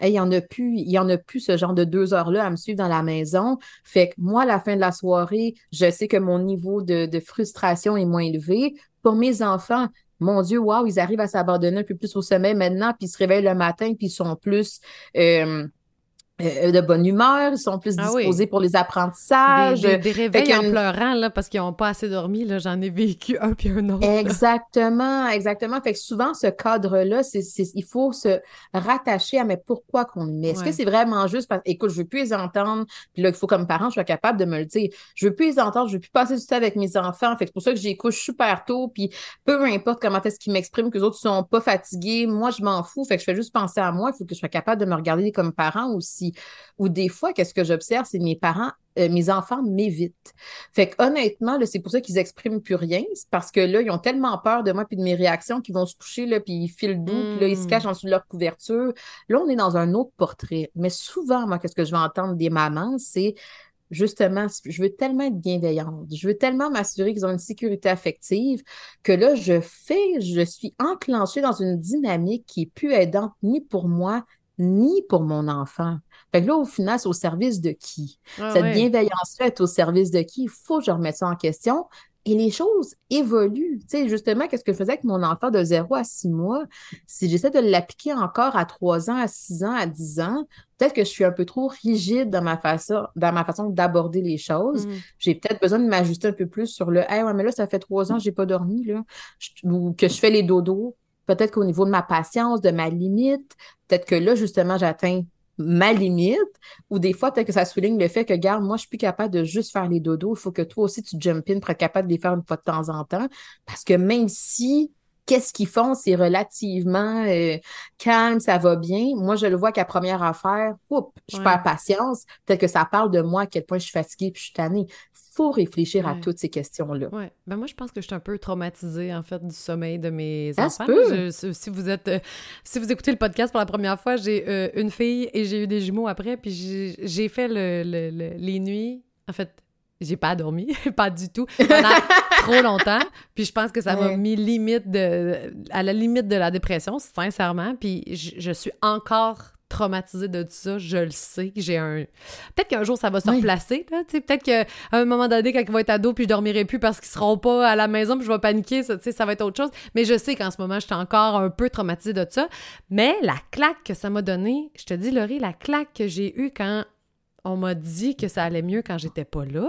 Hey, il y en a plus, il y en a plus ce genre de deux heures-là à me suivre dans la maison. Fait que moi, à la fin de la soirée, je sais que mon niveau de, de frustration est moins élevé. Pour mes enfants, mon Dieu, wow, ils arrivent à s'abandonner un peu plus au sommeil maintenant, puis ils se réveillent le matin, puis ils sont plus euh, euh, de bonne humeur, ils sont plus Ah oui. disposés pour les Des, apprentissages. des, des Fait réveils qu'il y en a une pleurant, là, parce qu'ils n'ont pas assez dormi, là. J'en ai vécu un puis un autre, là. Exactement, exactement. Fait que souvent, ce cadre-là, c'est, c'est, il faut se rattacher à mais pourquoi qu'on le met. Est-ce que Ouais. c'est vraiment juste parce écoute, je veux plus les entendre, puis là, il faut comme parent, je sois capable de me le dire. Je veux plus les entendre, je veux plus passer du temps avec mes enfants. Fait que c'est pour ça que j'y couche super tôt, puis peu importe comment est-ce qu'ils m'expriment, que les autres sont pas fatigués, moi, je m'en fous. Fait que je fais juste penser à moi, il faut que je sois capable de me regarder comme parent aussi. Ou des fois, qu'est-ce que j'observe, c'est mes parents, euh, mes enfants m'évitent. Fait que honnêtement, là, c'est pour ça qu'ils expriment plus rien. C'est parce que là, ils ont tellement peur de moi puis de mes réactions qu'ils vont se coucher, là, puis ils filent doux, puis là, ils se cachent Hmm. en dessous de leur couverture. Là, on est dans un autre portrait. Mais souvent, moi, qu'est-ce que je vais entendre des mamans, c'est justement, je veux tellement être bienveillante. Je veux tellement m'assurer qu'ils ont une sécurité affective que là, je fais, je suis enclenchée dans une dynamique qui est plus aidante ni pour moi, ni pour mon enfant. Fait que là, au final, c'est au service de qui? Ah Cette ouais. bienveillance-là est au service de qui? Il faut que je remette ça en question. Et les choses évoluent. Tu sais, justement, qu'est-ce que je faisais avec mon enfant de zéro à six mois? Si j'essaie de l'appliquer encore à trois ans, à six ans, à dix ans, peut-être que je suis un peu trop rigide dans ma façon, dans ma façon d'aborder les choses. Hmm. J'ai peut-être besoin de m'ajuster un peu plus sur le Hey, ouais, mais là, ça fait trois ans, j'ai pas dormi, là. Je- ou que je fais les dodos. Peut-être qu'au niveau de ma patience, de ma limite, peut-être que là, justement, j'atteins ma limite, ou des fois, peut-être que ça souligne le fait que, regarde, moi, je suis plus capable de juste faire les dodos. Il faut que toi aussi, tu jump in pour être capable de les faire une fois de temps en temps. Parce que même si qu'est-ce qu'ils font, c'est relativement euh, calme, ça va bien. Moi, je le vois qu'à première affaire, oups, je perds Ouais. patience. Peut-être que ça parle de moi, à quel point je suis fatiguée puis je suis tannée. Il faut réfléchir à Ouais. toutes ces questions-là. Ouais. Ben moi, je pense que je suis un peu traumatisée, en fait, du sommeil de mes Ça se enfants, là. peut. Je- si si vous êtes... euh, si vous écoutez le podcast pour la première fois, j'ai euh, une fille et j'ai eu des jumeaux après, puis j'ai j'ai fait le, le- le- les nuits... En fait, j'ai pas dormi, pas du tout, pendant trop longtemps, puis je pense que ça m'a Ouais. mis limite de... à la limite de la dépression, sincèrement, puis je, je suis encore traumatisée de tout ça, je le sais, que j'ai un... Peut-être qu'un jour, ça va se Ouais. replacer, là, tu sais, peut-être qu'à un moment donné, quand il va être ado, puis je dormirai plus parce qu'ils seront pas à la maison, puis je vais paniquer, ça, tu sais, ça va être autre chose, mais je sais qu'en ce moment, je suis encore un peu traumatisée de ça, mais la claque que ça m'a donnée, je te dis, Laurie, la claque que j'ai eue quand on m'a dit que ça allait mieux quand j'étais pas là,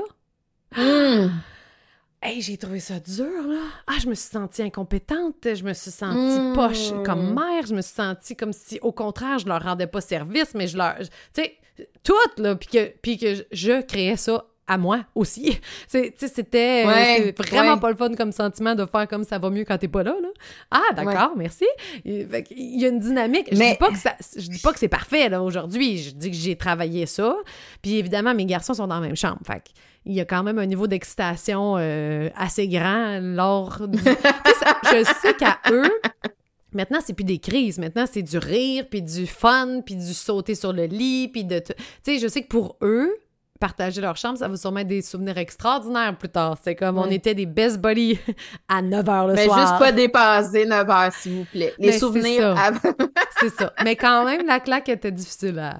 Hum, hey, j'ai trouvé ça dur, là. Ah, je me suis sentie incompétente, je me suis sentie poche comme hum. mère, je me suis sentie comme si, au contraire, je leur rendais pas service, mais je leur... Tu sais, tout, là, puis que, puis que je- je créais ça à moi aussi. C'est- Tu sais, c'était Ouais, c'est vraiment ouais, pas le fun comme sentiment de faire comme ça va mieux quand t'es pas là, là. Ah, ouais. d'accord, merci. Il fait qu'il y a une dynamique. Je dis Mais pas que ça, je dis pas que c'est parfait, là, aujourd'hui. Je dis que j'ai travaillé ça. Puis évidemment, mes garçons sont dans la même chambre. Fait que il y a quand même un niveau d'excitation euh, assez grand lors du... Tu sais, ça- je sais qu'à eux, maintenant, c'est plus des crises. Maintenant, c'est du rire, puis du fun, puis du sauter sur le lit, puis de... Tu sais, je sais que pour eux, partager leur chambre, ça va sûrement être des souvenirs extraordinaires plus tard. C'est comme on ouais. était des best buddies à neuf heures le Mais soir. juste pas dépasser neuf heures, s'il vous plaît. Les Mais c'est souvenirs ça. avant. C'est ça. Mais quand même, la claque était difficile à...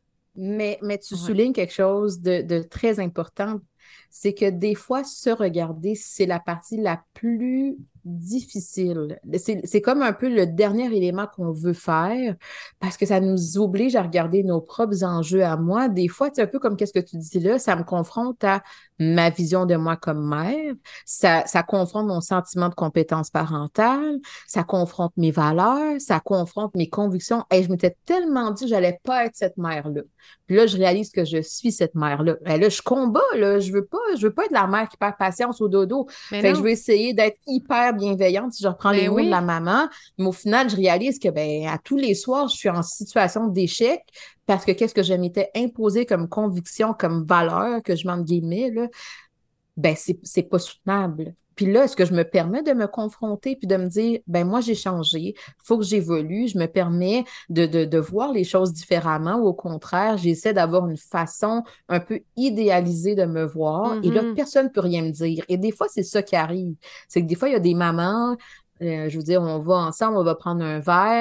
Mais, mais tu Ouais. soulignes quelque chose de, de très important, c'est que des fois, se regarder, c'est la partie la plus difficile. C'est, c'est comme un peu le dernier élément qu'on veut faire parce que ça nous oblige à regarder nos propres enjeux à moi. Des fois, c'est un peu comme qu'est-ce que tu dis là, ça me confronte à ma vision de moi comme mère, ça, ça confronte mon sentiment de compétence parentale, ça confronte mes valeurs, ça confronte mes convictions. Et je m'étais tellement dit que j'allais pas être cette mère-là. Puis là, je réalise que je suis cette mère-là. Ben là, je combats, là. Je veux pas, je veux pas être la mère qui perd patience au dodo. Mais Fait que je non. veux essayer d'être hyper bienveillante si je reprends les Ben mots de la oui. maman. Mais au final, je réalise que, ben, à tous les soirs, je suis en situation d'échec parce que qu'est-ce que je m'étais imposé comme conviction, comme valeur, que je m'en guillemets, là, ben, c'est, c'est pas soutenable. Puis là, est-ce que je me permets de me confronter puis de me dire, ben moi, j'ai changé, faut que j'évolue, je me permets de, de, de voir les choses différemment ou au contraire, j'essaie d'avoir une façon un peu idéalisée de me voir et là, Mhm. personne ne peut rien me dire. Et des fois, c'est ça qui arrive. C'est que des fois, il y a des mamans, euh, je veux dire, on va ensemble, on va prendre un verre,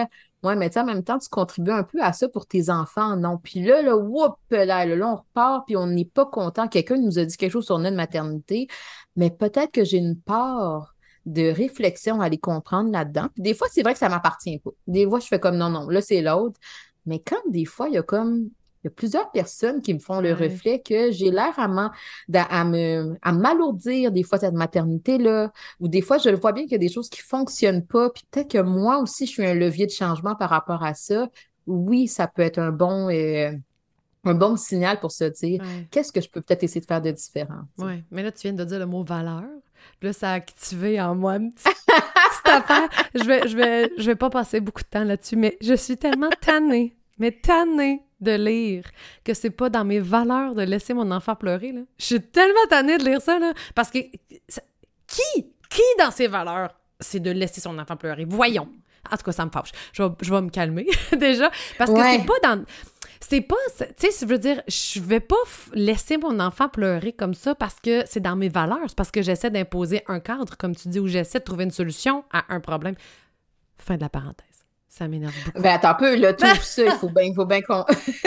Ouais, mais tu sais, en même temps, tu contribues un peu à ça pour tes enfants, non? Puis là, là, whoop, là, là, là, on repart, puis on n'est pas content. Quelqu'un nous a dit quelque chose sur notre maternité, mais peut-être que j'ai une part de réflexion à les comprendre là-dedans. Puis des fois, c'est vrai que ça m'appartient pas. Des fois, je fais comme non, non, là, c'est l'autre. Mais quand des fois, il y a comme il y a plusieurs personnes qui me font le Ouais. reflet que j'ai l'air à, m'en- d'a- à me, à m'alourdir des fois cette maternité-là, ou des fois, je le vois bien qu'il y a des choses qui fonctionnent pas, puis peut-être que moi aussi, je suis un levier de changement par rapport à ça. Oui, ça peut être un bon, euh, un bon signal pour se dire, Ouais. qu'est-ce que je peux peut-être essayer de faire de différent, tu sais. Ouais. Mais là, tu viens de dire le mot valeur. Puis là, ça a activé en moi une petite, petite affaire. Je vais, je vais, je vais pas passer beaucoup de temps là-dessus, mais je suis tellement tannée, mais tannée de lire que c'est pas dans mes valeurs de laisser mon enfant pleurer, là. Je suis tellement tannée de lire ça, là, parce que ça- qui, qui dans ses valeurs, c'est de laisser son enfant pleurer? Voyons. En tout cas, ça me fâche. Je vais, je vais me calmer, déjà, parce que Ouais. c'est pas dans... C'est pas... Tu sais, je veux dire, je vais pas f- laisser mon enfant pleurer comme ça parce que c'est dans mes valeurs. C'est parce que j'essaie d'imposer un cadre, comme tu dis, où j'essaie de trouver une solution à un problème. Fin de la parenthèse. Ça m'énerve beaucoup. Ben, attends un peu, là, tout ça, il faut bien, il faut bien qu'on...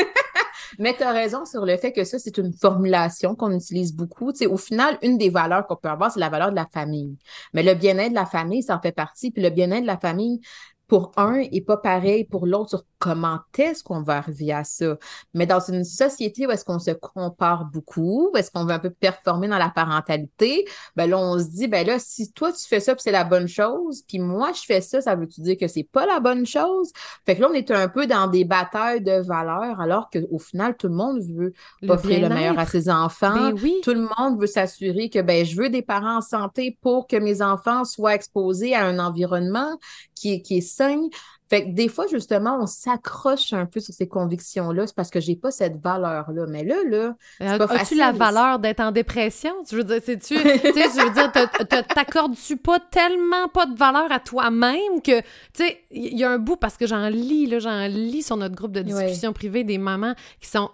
Mais tu as raison sur le fait que ça, c'est une formulation qu'on utilise beaucoup. Tu sais, au final, une des valeurs qu'on peut avoir, c'est la valeur de la famille. Mais le bien-être de la famille, ça en fait partie. Puis le bien-être de la famille, pour un, est pas pareil pour l'autre sur comment est-ce qu'on va arriver à ça. Mais dans une société où est-ce qu'on se compare beaucoup, où est-ce qu'on veut un peu performer dans la parentalité, ben là, on se dit, ben là, si toi, tu fais ça, puis c'est la bonne chose, puis moi, je fais ça, ça veut-tu dire que c'est pas la bonne chose? Fait que là, on est un peu dans des batailles de valeurs, alors qu'au final, tout le monde veut Le offrir le meilleur à bien-être. ses enfants. Ben oui. Tout le monde veut s'assurer que, ben, je veux des parents en santé pour que mes enfants soient exposés à un environnement qui est, qui est sain. Fait que des fois, justement, on s'accroche un peu sur ces convictions-là. C'est parce que j'ai pas cette valeur-là. Mais là, là, c'est pas As-tu facile. la valeur d'être en dépression? Je veux dire, c'est-tu... Tu sais, je veux dire, te- te- t'accordes-tu pas tellement pas de valeur à toi-même que... Tu sais, il y a un bout, parce que j'en lis, là, j'en lis sur notre groupe de discussion Ouais. privée des mamans qui sont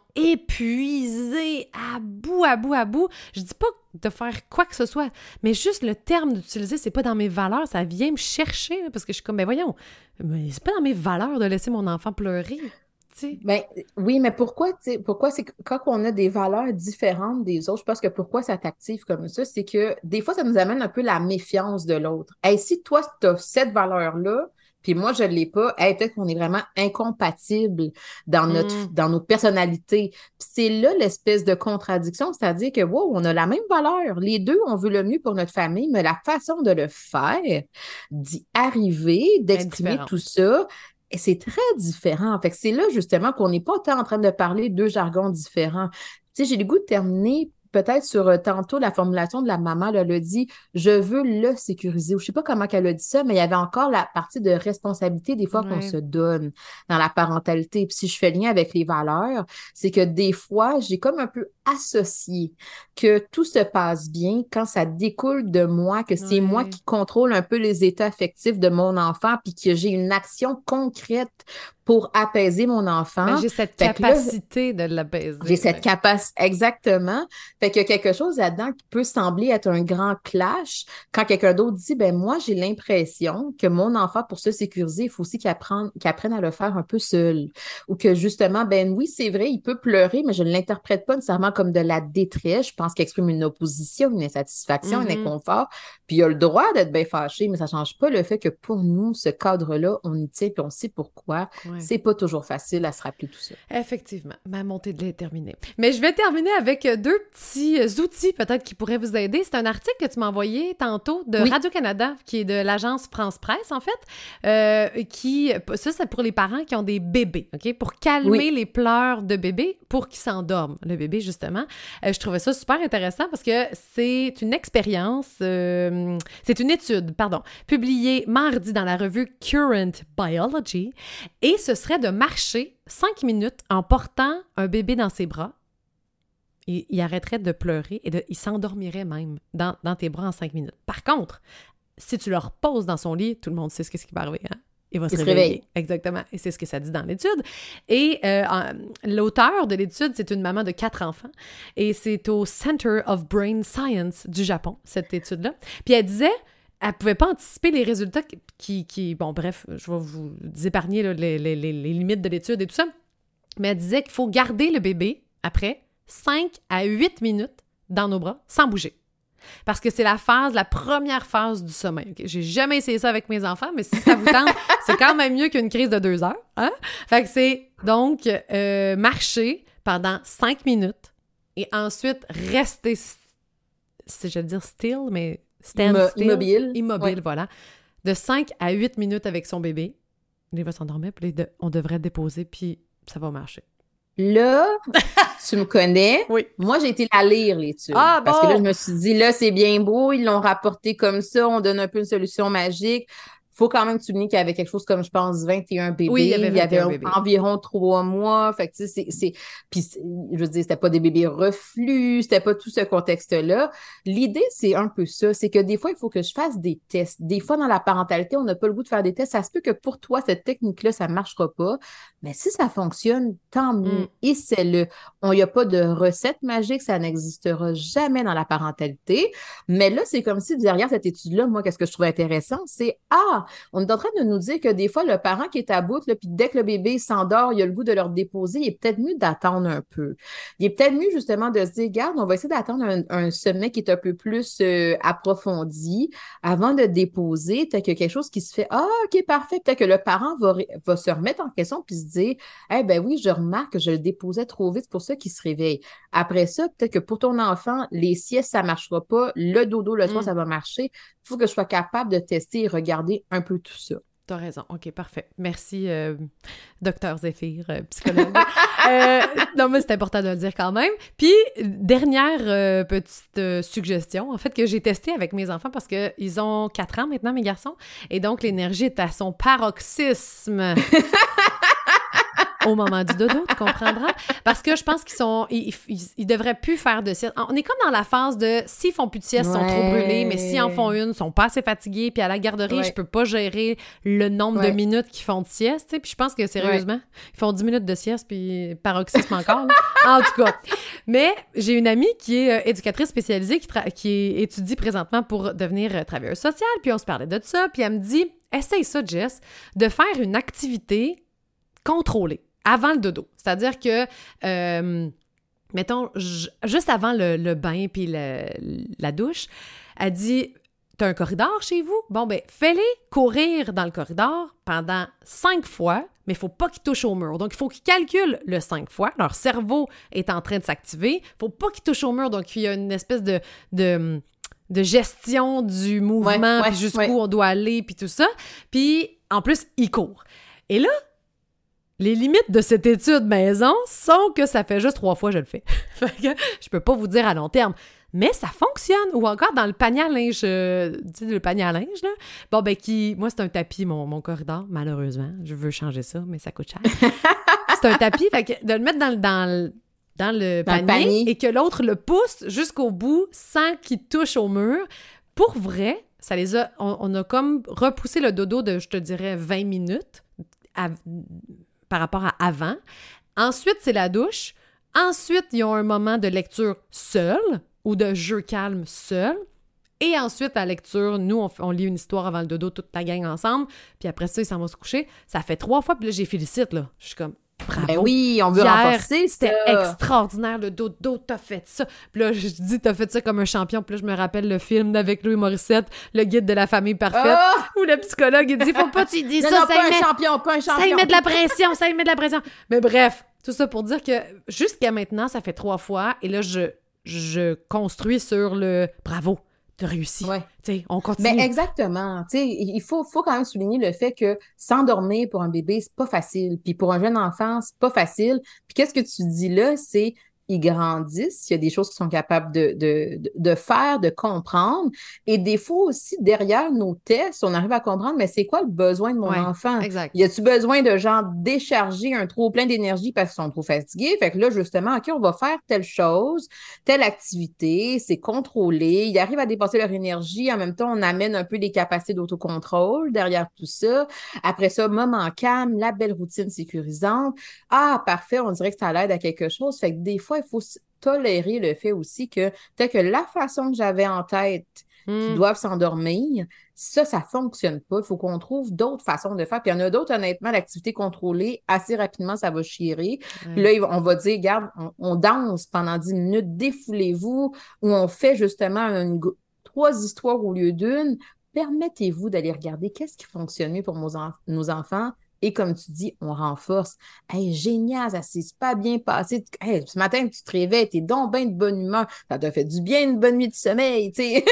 épuisées à bout, à bout, à bout. Je dis pas de faire quoi que ce soit, mais juste le terme d'utiliser, c'est pas dans mes valeurs, ça vient me chercher, là, parce que je suis comme, ben voyons, mais c'est pas dans mes valeurs de laisser mon enfant pleurer, tu sais. Ben, oui, mais pourquoi, tu sais, pourquoi c'est que quand on a des valeurs différentes des autres, je pense que pourquoi ça t'active comme ça, c'est que des fois, ça nous amène un peu la méfiance de l'autre. Hey, si toi, tu as cette valeur-là, puis moi, je ne l'ai pas, hey, peut-être qu'on est vraiment incompatibles dans notre, Mm. dans nos personnalités. Puis c'est là l'espèce de contradiction, c'est-à-dire que, wow, on a la même valeur. Les deux, on veut le mieux pour notre famille, mais la façon de le faire, d'y arriver, d'exprimer Indifférente. tout ça, et c'est très différent. Fait que c'est là, justement, qu'on n'est pas tant en train de parler deux jargons différents. Tu sais, j'ai le goût de terminer peut-être sur euh, tantôt la formulation de la maman, là, elle a dit « je veux le sécuriser ». Je sais pas comment elle a dit ça, mais il y avait encore la partie de responsabilité des fois qu'on Ouais. se donne dans la parentalité. Puis si je fais lien avec les valeurs, c'est que des fois, j'ai comme un peu associé que tout se passe bien quand ça découle de moi, que c'est moi Ouais. qui contrôle un peu les états affectifs de mon enfant, puis que j'ai une action concrète pour apaiser mon enfant. Ben, j'ai cette Fait que là, capacité de l'apaiser. j'ai cette ouais. capacité, exactement. Fait qu'il y a quelque chose là-dedans qui peut sembler être un grand clash quand quelqu'un d'autre dit, ben moi, j'ai l'impression que mon enfant, pour se sécuriser, il faut aussi qu'il apprenne, qu'il apprenne à le faire un peu seul. Ou que justement, ben oui, c'est vrai, il peut pleurer, mais je ne l'interprète pas nécessairement comme de la détresse. Je pense qu'il exprime une opposition, une insatisfaction, un Mhm. inconfort. Puis il a le droit d'être bien fâché, mais ça ne change pas le fait que pour nous, ce cadre-là, on y tient, puis on sait pourquoi. Ouais. C'est pas toujours facile à se rappeler tout ça. Effectivement, ma montée de lait est terminée. Mais je vais terminer avec deux petits outils peut-être qui pourraient vous aider. C'est un article que tu m'as envoyé tantôt de Oui. Radio-Canada, qui est de l'agence France Presse, en fait, euh, qui, ça, c'est pour les parents qui ont des bébés, OK? Pour calmer Oui. les pleurs de bébé, pour qu'ils s'endorment, le bébé, justement. Euh, je trouvais ça super intéressant parce que c'est une expérience, euh, c'est une étude, pardon, publiée mardi dans la revue Current Biology, et ce serait de marcher cinq minutes en portant un bébé dans ses bras. Il, il arrêterait de pleurer et de, il s'endormirait même dans, dans tes bras en cinq minutes. Par contre, si tu le reposes dans son lit, tout le monde sait ce qui va arriver, hein? Il va se Il se réveiller. réveille. Exactement. Et c'est ce que ça dit dans l'étude. Et euh, en- l'auteur de l'étude, c'est une maman de quatre enfants. Et c'est au Center of Brain Science du Japon, cette étude-là. Puis elle disait... elle pouvait pas anticiper les résultats qui... qui bon, bref, je vais vous épargner là, les, les, les, les limites de l'étude et tout ça. Mais elle disait qu'il faut garder le bébé, après, cinq à huit minutes dans nos bras, sans bouger. Parce que c'est la phase, la première phase du sommeil. Okay? J'ai jamais essayé ça avec mes enfants, mais si ça vous tente, c'est quand même mieux qu'une crise de deux heures. Hein? Fait que c'est donc euh, marcher pendant cinq minutes et ensuite rester, si je veux dire still, mais stand Immo- still. immobile. Immobile, Ouais. voilà. De cinq à huit minutes avec son bébé. Il va s'endormir, puis de- on devrait le déposer, puis ça va marcher. Là, tu me connais. Oui. Moi, j'ai été la lire, l'étude. Ah, Parce que là, bon! je me suis dit, là, c'est bien beau, ils l'ont rapporté comme ça, on donne un peu une solution magique. Faut quand même souligner qu'il y avait quelque chose comme, je pense, vingt et un bébés. Oui, il y avait vingt et un un- bébés. environ trois mois. Fait que, tu sais, c'est, c'est... Puis, c'est- je veux dire, c'était pas des bébés reflux, c'était pas tout ce contexte-là. L'idée, c'est un peu ça. C'est que des fois, il faut que je fasse des tests. Des fois, dans la parentalité, on n'a pas le goût de faire des tests. Ça se peut que pour toi, cette technique-là, ça marchera pas. Mais si ça fonctionne, tant mieux. Mm. Et c'est le... Il n'y a pas de recette magique, ça n'existera jamais dans la parentalité. Mais là, c'est comme si derrière cette étude-là, moi, qu'est-ce que je trouve intéressant, c'est, ah, on est en train de nous dire que des fois, le parent qui est à bout, là, puis dès que le bébé s'endort, il a le goût de le déposer, il est peut-être mieux d'attendre un peu. Il est peut-être mieux justement de se dire, regarde, on va essayer d'attendre un, un sommet qui est un peu plus euh, approfondi avant de déposer. Peut-être qu'il y a quelque chose qui se fait, ah, OK, parfait. Peut-être que le parent va, ré- va se remettre en question puis se dire, eh ben oui, je remarque que je le déposais trop vite, c'est pour ça qu'il se réveille. Après ça, peut-être que pour ton enfant, les siestes, ça ne marchera pas. Le dodo le soir, Mm. ça va marcher. Il faut que je sois capable de tester et regarder un peu tout ça. T'as raison. OK, parfait. Merci, euh, docteur Zéphyr, euh, psychologue. Euh, non, mais c'est important de le dire quand même. Puis, dernière euh, petite euh, suggestion, en fait, que j'ai testée avec mes enfants parce qu'ils ont quatre ans maintenant, mes garçons, et donc l'énergie est à son paroxysme. Au moment du dodo, tu comprendras. Parce que je pense qu'ils sont, ils, ils, ils devraient plus faire de sieste. On est comme dans la phase de s'ils font plus de sieste, ils sont trop Ouais. brûlés, mais s'ils en font une, ils sont pas assez fatigués. Puis à la garderie, Ouais. je peux pas gérer le nombre Ouais. de minutes qu'ils font de sieste. Tu sais. Puis je pense que sérieusement, ils font dix minutes de sieste, puis paroxysme encore. là. En tout cas. Mais j'ai une amie qui est euh, éducatrice spécialisée, qui, tra- qui étudie présentement pour devenir euh, travailleuse sociale. Puis on se parlait de ça. Puis elle me dit, essaye ça, Jess, de faire une activité contrôlée. Avant le dodo. C'est-à-dire que, euh, mettons, j- juste avant le, le bain puis le- la douche, elle dit, t'as un corridor chez vous? Bon, ben, fais-les courir dans le corridor pendant cinq fois, mais il faut pas qu'ils touchent au mur. Donc, il faut qu'ils calculent le cinq fois. Leur cerveau est en train de s'activer. Il faut pas qu'ils touchent au mur. Donc, il y a une espèce de... de de gestion du mouvement, Ouais, ouais, puis jusqu'où ouais. on doit aller, puis tout ça. Puis, en plus, ils courent. Et là, les limites de cette étude maison sont que ça fait juste trois fois que je le fais. Fait que je peux pas vous dire à long terme. Mais ça fonctionne. Ou encore dans le panier à linge, euh, tu sais, le panier à linge, là. Bon, ben, qui... Moi, c'est un tapis, mon, mon corridor, malheureusement. Je veux changer ça, mais ça coûte cher. C'est un tapis, fait que de le mettre dans le, dans le, dans le Dans le panier, panier. et que l'autre le pousse jusqu'au bout sans qu'il touche au mur. Pour vrai, ça les a... On, on a comme repoussé le dodo de, je te dirais, vingt minutes à- par rapport à avant. Ensuite, c'est la douche. Ensuite, ils ont un moment de lecture seul ou de jeu calme seul. Et ensuite, la lecture, nous, on, f- on lit une histoire avant le dodo, toute la gang ensemble. Puis après ça, ils s'en vont se coucher. Ça fait trois fois, puis là, j'ai félicite, là. Je suis comme, bravo. Ben oui, on veut Hier, renforcer c'était ça. extraordinaire, le dodo, t'as fait ça. Puis là, je dis, t'as fait ça comme un champion. Puis là, je me rappelle le film avec Louis Morissette, Le guide de la famille parfaite, Ah! où le psychologue, il dit, faut pas tu dis Non, ça, non, ça pas y un met- champion, pas un champion. ça y met de la pression, ça y met de la pression. Mais bref, tout ça pour dire que jusqu'à maintenant, ça fait trois fois. Et là, je, je construis sur le bravo, t'as réussi. Ouais. Tu sais, on continue. Mais exactement. Tu sais, il faut, faut quand même souligner le fait que s'endormir pour un bébé, c'est pas facile. Puis pour un jeune enfant, c'est pas facile. Puis qu'est-ce que tu dis là? C'est ils grandissent, il y a des choses qu'ils sont capables de, de, de, de faire, de comprendre. Et des fois aussi, derrière nos tests, on arrive à comprendre, mais c'est quoi le besoin de mon Ouais, enfant? exact. Y a-tu besoin de genre décharger un trop plein d'énergie parce qu'ils sont trop fatigués? Fait que là, justement, OK, on va faire telle chose, telle activité, c'est contrôlé. Ils arrivent à dépasser leur énergie. En même temps, on amène un peu les capacités d'autocontrôle derrière tout ça. Après ça, moment calme, la belle routine sécurisante. Ah, parfait, on dirait que ça l'aide à quelque chose. Fait que des fois, il faut s- tolérer le fait aussi que peut-être que la façon que j'avais en tête mmh. qui doivent s'endormir. Ça, ça fonctionne pas. Il faut qu'on trouve d'autres façons de faire. Puis il y en a d'autres, honnêtement, l'activité contrôlée, assez rapidement, ça va chirer. Ouais. Puis là, on va dire, regarde, on, on danse pendant dix minutes, défoulez-vous, ou on fait justement une, trois histoires au lieu d'une. Permettez-vous d'aller regarder qu'est-ce qui fonctionne mieux pour nos, en- nos enfants. Et comme tu dis, on renforce. Hey, génial, ça s'est pas bien passé. Hey, ce matin, tu te réveilles, t'es donc bien de bonne humeur. Ça t'a fait du bien, une bonne nuit de sommeil, tu sais.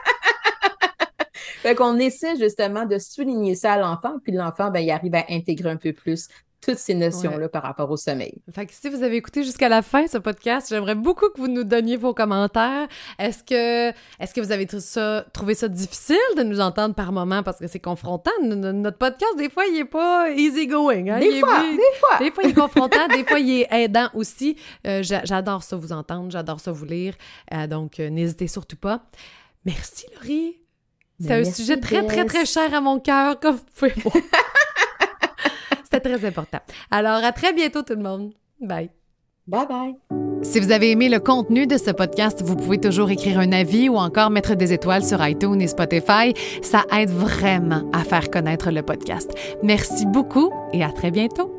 Fait qu'on essaie justement de souligner ça à l'enfant, puis l'enfant, ben, il arrive à intégrer un peu plus toutes ces notions-là ouais. par rapport au sommeil. Fait que si vous avez écouté jusqu'à la fin ce podcast, j'aimerais beaucoup que vous nous donniez vos commentaires. Est-ce que, est-ce que vous avez trouvé ça, trouvé ça difficile de nous entendre par moments parce que c'est confrontant? Notre podcast, des fois, il est pas easy going. Hein? Des il fois, est, des fois. Des fois, il est confrontant, des fois, il est aidant aussi. Euh, j'adore ça vous entendre, j'adore ça vous lire. Euh, donc, euh, n'hésitez surtout pas. Merci, Laurie. C'est un sujet très, très, très cher à mon cœur, comme vous pouvez voir. C'était très important. Alors, à très bientôt, tout le monde. Bye. Bye bye. Si vous avez aimé le contenu de ce podcast, vous pouvez toujours écrire un avis ou encore mettre des étoiles sur iTunes et Spotify. Ça aide vraiment à faire connaître le podcast. Merci beaucoup et à très bientôt.